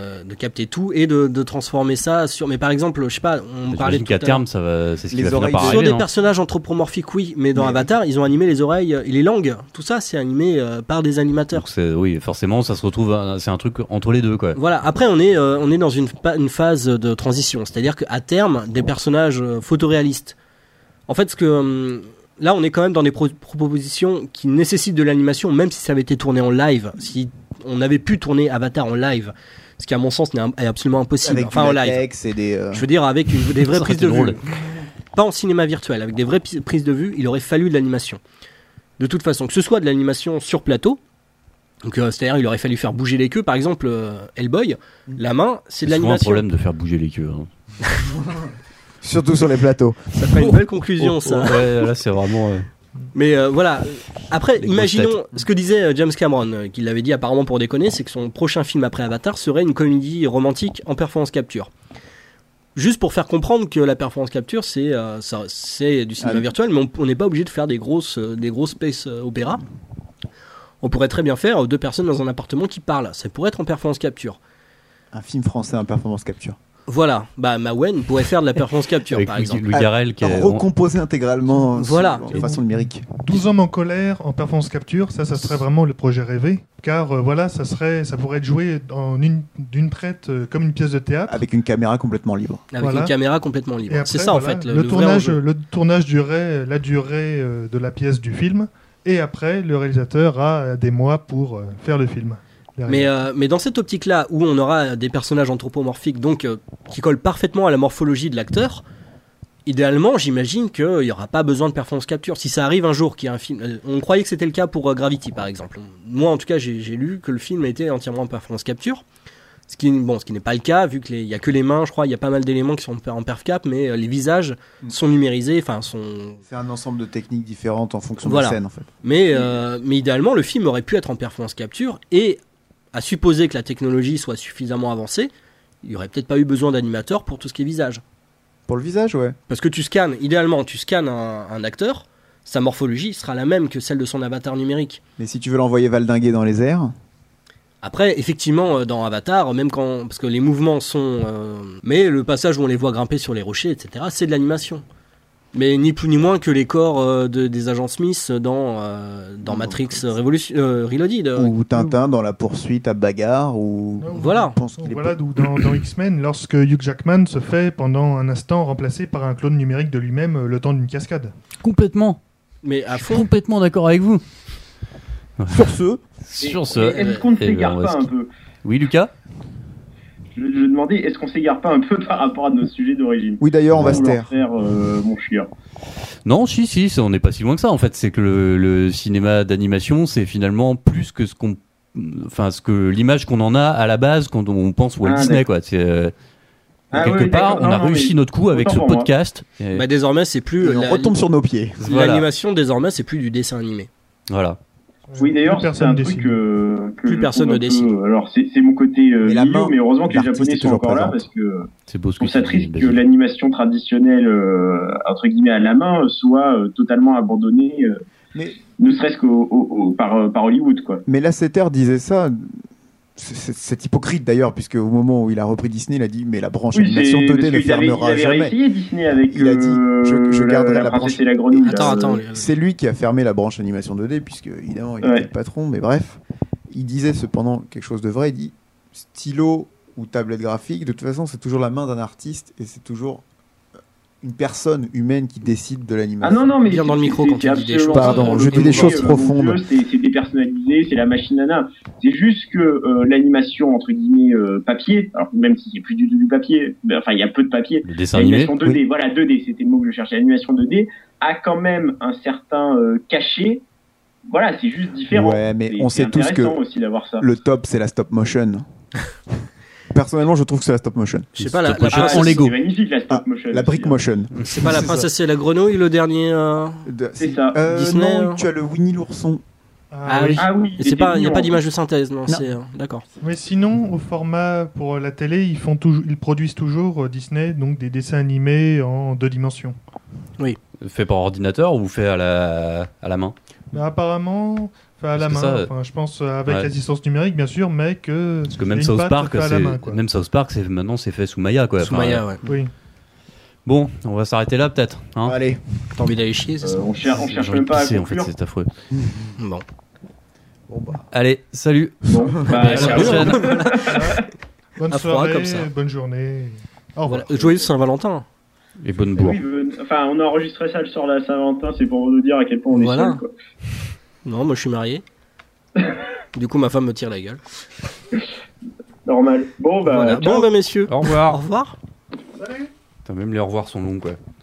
tout et de transformer ça sur. Mais par exemple, je sais pas, on parlait J'imagine tout qu'à à l'heure. terme, c'est ce qui Les va finir oreilles par des- Sur arriver. des non personnages anthropomorphiques, oui, mais dans Avatar, ils ont animé les oreilles et les langues. Tout ça, c'est animé par des animateurs. Donc oui, forcément, ça se retrouve, c'est un truc entre les deux, quoi. Voilà. Après, on est dans une phase de transition, c'est-à-dire qu'à terme, des personnages photoréalistes. En fait, là, on est quand même dans des propositions qui nécessitent de l'animation, même si ça avait été tourné en live. Si on avait pu tourner Avatar en live, ce qui, à mon sens, est absolument impossible. Avec Enfin, du en live. latex et des. Je veux dire, avec des vraies Ça aurait prises de été vue. drôle. Pas en cinéma virtuel, avec des vraies prises de vue, il aurait fallu de l'animation. De toute façon, que ce soit de l'animation sur plateau, donc c'est-à-dire il aurait fallu faire bouger les queues, par exemple Hellboy, la main, c'est de C'est souvent un l'animation. problème de faire bouger les queues. Hein. Surtout sur les plateaux. Ça fait une belle conclusion, ça. Ouais, là, c'est vraiment. Mais voilà. Après, Les grosses imaginons ce que disait James Cameron, qu'il l'avait dit apparemment pour déconner, c'est que son prochain film après Avatar serait une comédie romantique en performance capture. Juste pour faire comprendre que la performance capture, c'est du cinéma virtuel, mais on n'est pas obligé de faire des grosses space opéra. On pourrait très bien faire 2 personnes dans un appartement qui parlent. Ça pourrait être en performance capture. Un film français en performance capture. Voilà. Bah, Mawen pourrait faire de la performance capture, Avec par Louis exemple. Garrel qui est. Recomposé intégralement Voilà. en façon numérique. 12 hommes en colère en performance capture, ça serait vraiment le projet rêvé. Car voilà, ça pourrait être joué d'une traite comme une pièce de théâtre. Avec une caméra complètement libre. Avec Voilà. une caméra complètement libre. Et après, C'est ça, voilà, en fait. le vrai enjeu. tournage durait la durée de la pièce du film. Et après, le réalisateur a des mois pour faire le film. Mais dans cette optique-là, où on aura des personnages anthropomorphiques, donc qui collent parfaitement à la morphologie de l'acteur, idéalement, j'imagine qu'il n'y aura pas besoin de performance capture. Si ça arrive un jour qu'il y a un film... on croyait que c'était le cas pour Gravity, par exemple. Moi, en tout cas, j'ai lu que le film était entièrement en performance capture. Ce qui n'est pas le cas, vu qu'il n'y a que les mains, je crois, il y a pas mal d'éléments qui sont en perf cap, mais les visages sont numérisés, C'est un ensemble de techniques différentes en fonction Voilà. de la scène, en fait. Mais idéalement, le film aurait pu être en performance capture, et à supposer que la technologie soit suffisamment avancée, il n'y aurait peut-être pas eu besoin d'animateur pour tout ce qui est visage. Pour le visage, ouais. Parce que idéalement, tu scannes un acteur, sa morphologie sera la même que celle de son avatar numérique. Mais si tu veux l'envoyer valdinguer dans les airs... Après, effectivement, dans Avatar, parce que les mouvements sont... mais le passage où on les voit grimper sur les rochers, etc., c'est de l'animation. Mais ni plus ni moins que les corps des agents Smith dans Matrix Reloaded. Ou Tintin dans la poursuite à bagarre, ou... Voilà. Je pense qu'il est Voilà, ou dans X-Men, lorsque Hugh Jackman se fait pendant un instant remplacé par un clone numérique de lui-même le temps d'une cascade. Complètement. Mais à fond. Complètement d'accord avec vous. Sur ce, Sur ce. Et est-ce qu'on ne eh ben, s'égare on va pas un peu Oui, Lucas. je demandais, est-ce qu'on s'égare pas un peu par rapport à nos sujets d'origine? oui, d'ailleurs, on va se Vouloir taire. faire mon chieur. Non, si, on n'est pas si loin que ça. En fait, c'est que le cinéma d'animation, c'est finalement plus que ce que l'image qu'on en a à la base quand on pense Walt Disney, quoi. C'est quelque oui, part, d'accord. on a Non, réussi mais notre coup avec autant ce pour moi. podcast. Et Bah, désormais, c'est plus... Et on retombe sur nos pieds. voilà. L'animation, désormais, c'est plus du dessin animé. Voilà. Plus Oui, d'ailleurs, c'est personne un dessine. truc que Plus je personne trouve ne un peu- dessine. Alors, c'est mon côté Mais la milieu, main mais heureusement que les d'artiste Japonais est sont toujours encore là, présente. parce que C'est beau ce je que trouve ça tu dis, triste que Basile. l'animation traditionnelle, entre guillemets, à la main, soit totalement abandonnée, Mais, ne serait-ce par Hollywood, quoi. mais Lasseter disait ça... C'est hypocrite d'ailleurs, puisque au moment où il a repris Disney, il a dit mais la branche Oui, animation c'est 2D parce ne qu'ils avaient fermera jamais. réessayé Disney avec Il a dit, je garderai la princesse branche. et la grenouille. Attends. C'est lui qui a fermé la branche animation 2D, puisque évidemment il Ouais. était le patron, mais bref. Il disait cependant quelque chose de vrai, il dit stylo ou tablette graphique, de toute façon c'est toujours la main d'un artiste et c'est toujours une personne humaine qui décide de Ah l'animation. non, mais Bien dans le micro quand tu dis des absolument choses. Pardon, ça. je dis des choses Mon profondes. Dieu, c'est dépersonnalisé, c'est la machine nana. C'est juste que l'animation, entre guillemets, papier, alors même si c'est plus du tout du papier, mais, enfin il y a peu de papier, Le dessin animé. l'animation 2D, voilà 2D, c'était le mot que je cherchais, l'animation 2D a quand même un certain cachet. Voilà, c'est juste différent. Ouais, mais C'est- on c'est sait tous que intéressant aussi d'avoir ça. le top c'est la stop motion. Personnellement, je trouve que c'est la stop motion. Je sais pas, la Stop motion princesse- en Lego. C'est magnifique la stop Ah, motion. la brick aussi, hein. motion. C'est pas la C'est princesse et la grenouille, le dernier... C'est ça. Disney, Non, hein. tu as le Winnie l'ourson. Ah oui. Ah oui, Et c'est pas, il n'y a mignon. pas d'image de synthèse, non, c'est... d'accord. Mais sinon, au format pour la télé, ils produisent toujours Disney, donc des dessins animés en 2 dimensions. Fait par ordinateur ou fait à la main? Mais apparemment, fait à la Parce main. que ça, Enfin, je pense avec ouais. assistance numérique, bien sûr, mais que. Parce que même une South patte Park, fait à la main, quoi. maintenant c'est fait sous Maya, quoi. Sous Enfin, Maya, ouais. Oui. Bon, on va s'arrêter là peut-être. Hein. Allez. T'as envie d'aller chier, c'est ça On cherche J'ai envie même de pas à pisser, en fait, conclure. c'est affreux. Bon. Allez, salut. Bon, À la ciao. prochaine. Bonne À froid, soirée, comme ça. bonne journée. Au revoir. Voilà. Joyeux Saint-Valentin. Et bonne bourre. Oui, enfin, on a enregistré ça le soir de la Saint-Valentin, c'est pour nous dire à quel point on est Voilà. seul, quoi. Non, moi je suis marié. Du coup, ma femme me tire la gueule. Normal. Bon, bah, Voilà. ciao. Bon, bah, messieurs. Au revoir. Au revoir. Putain, même les au revoir sont longs, quoi.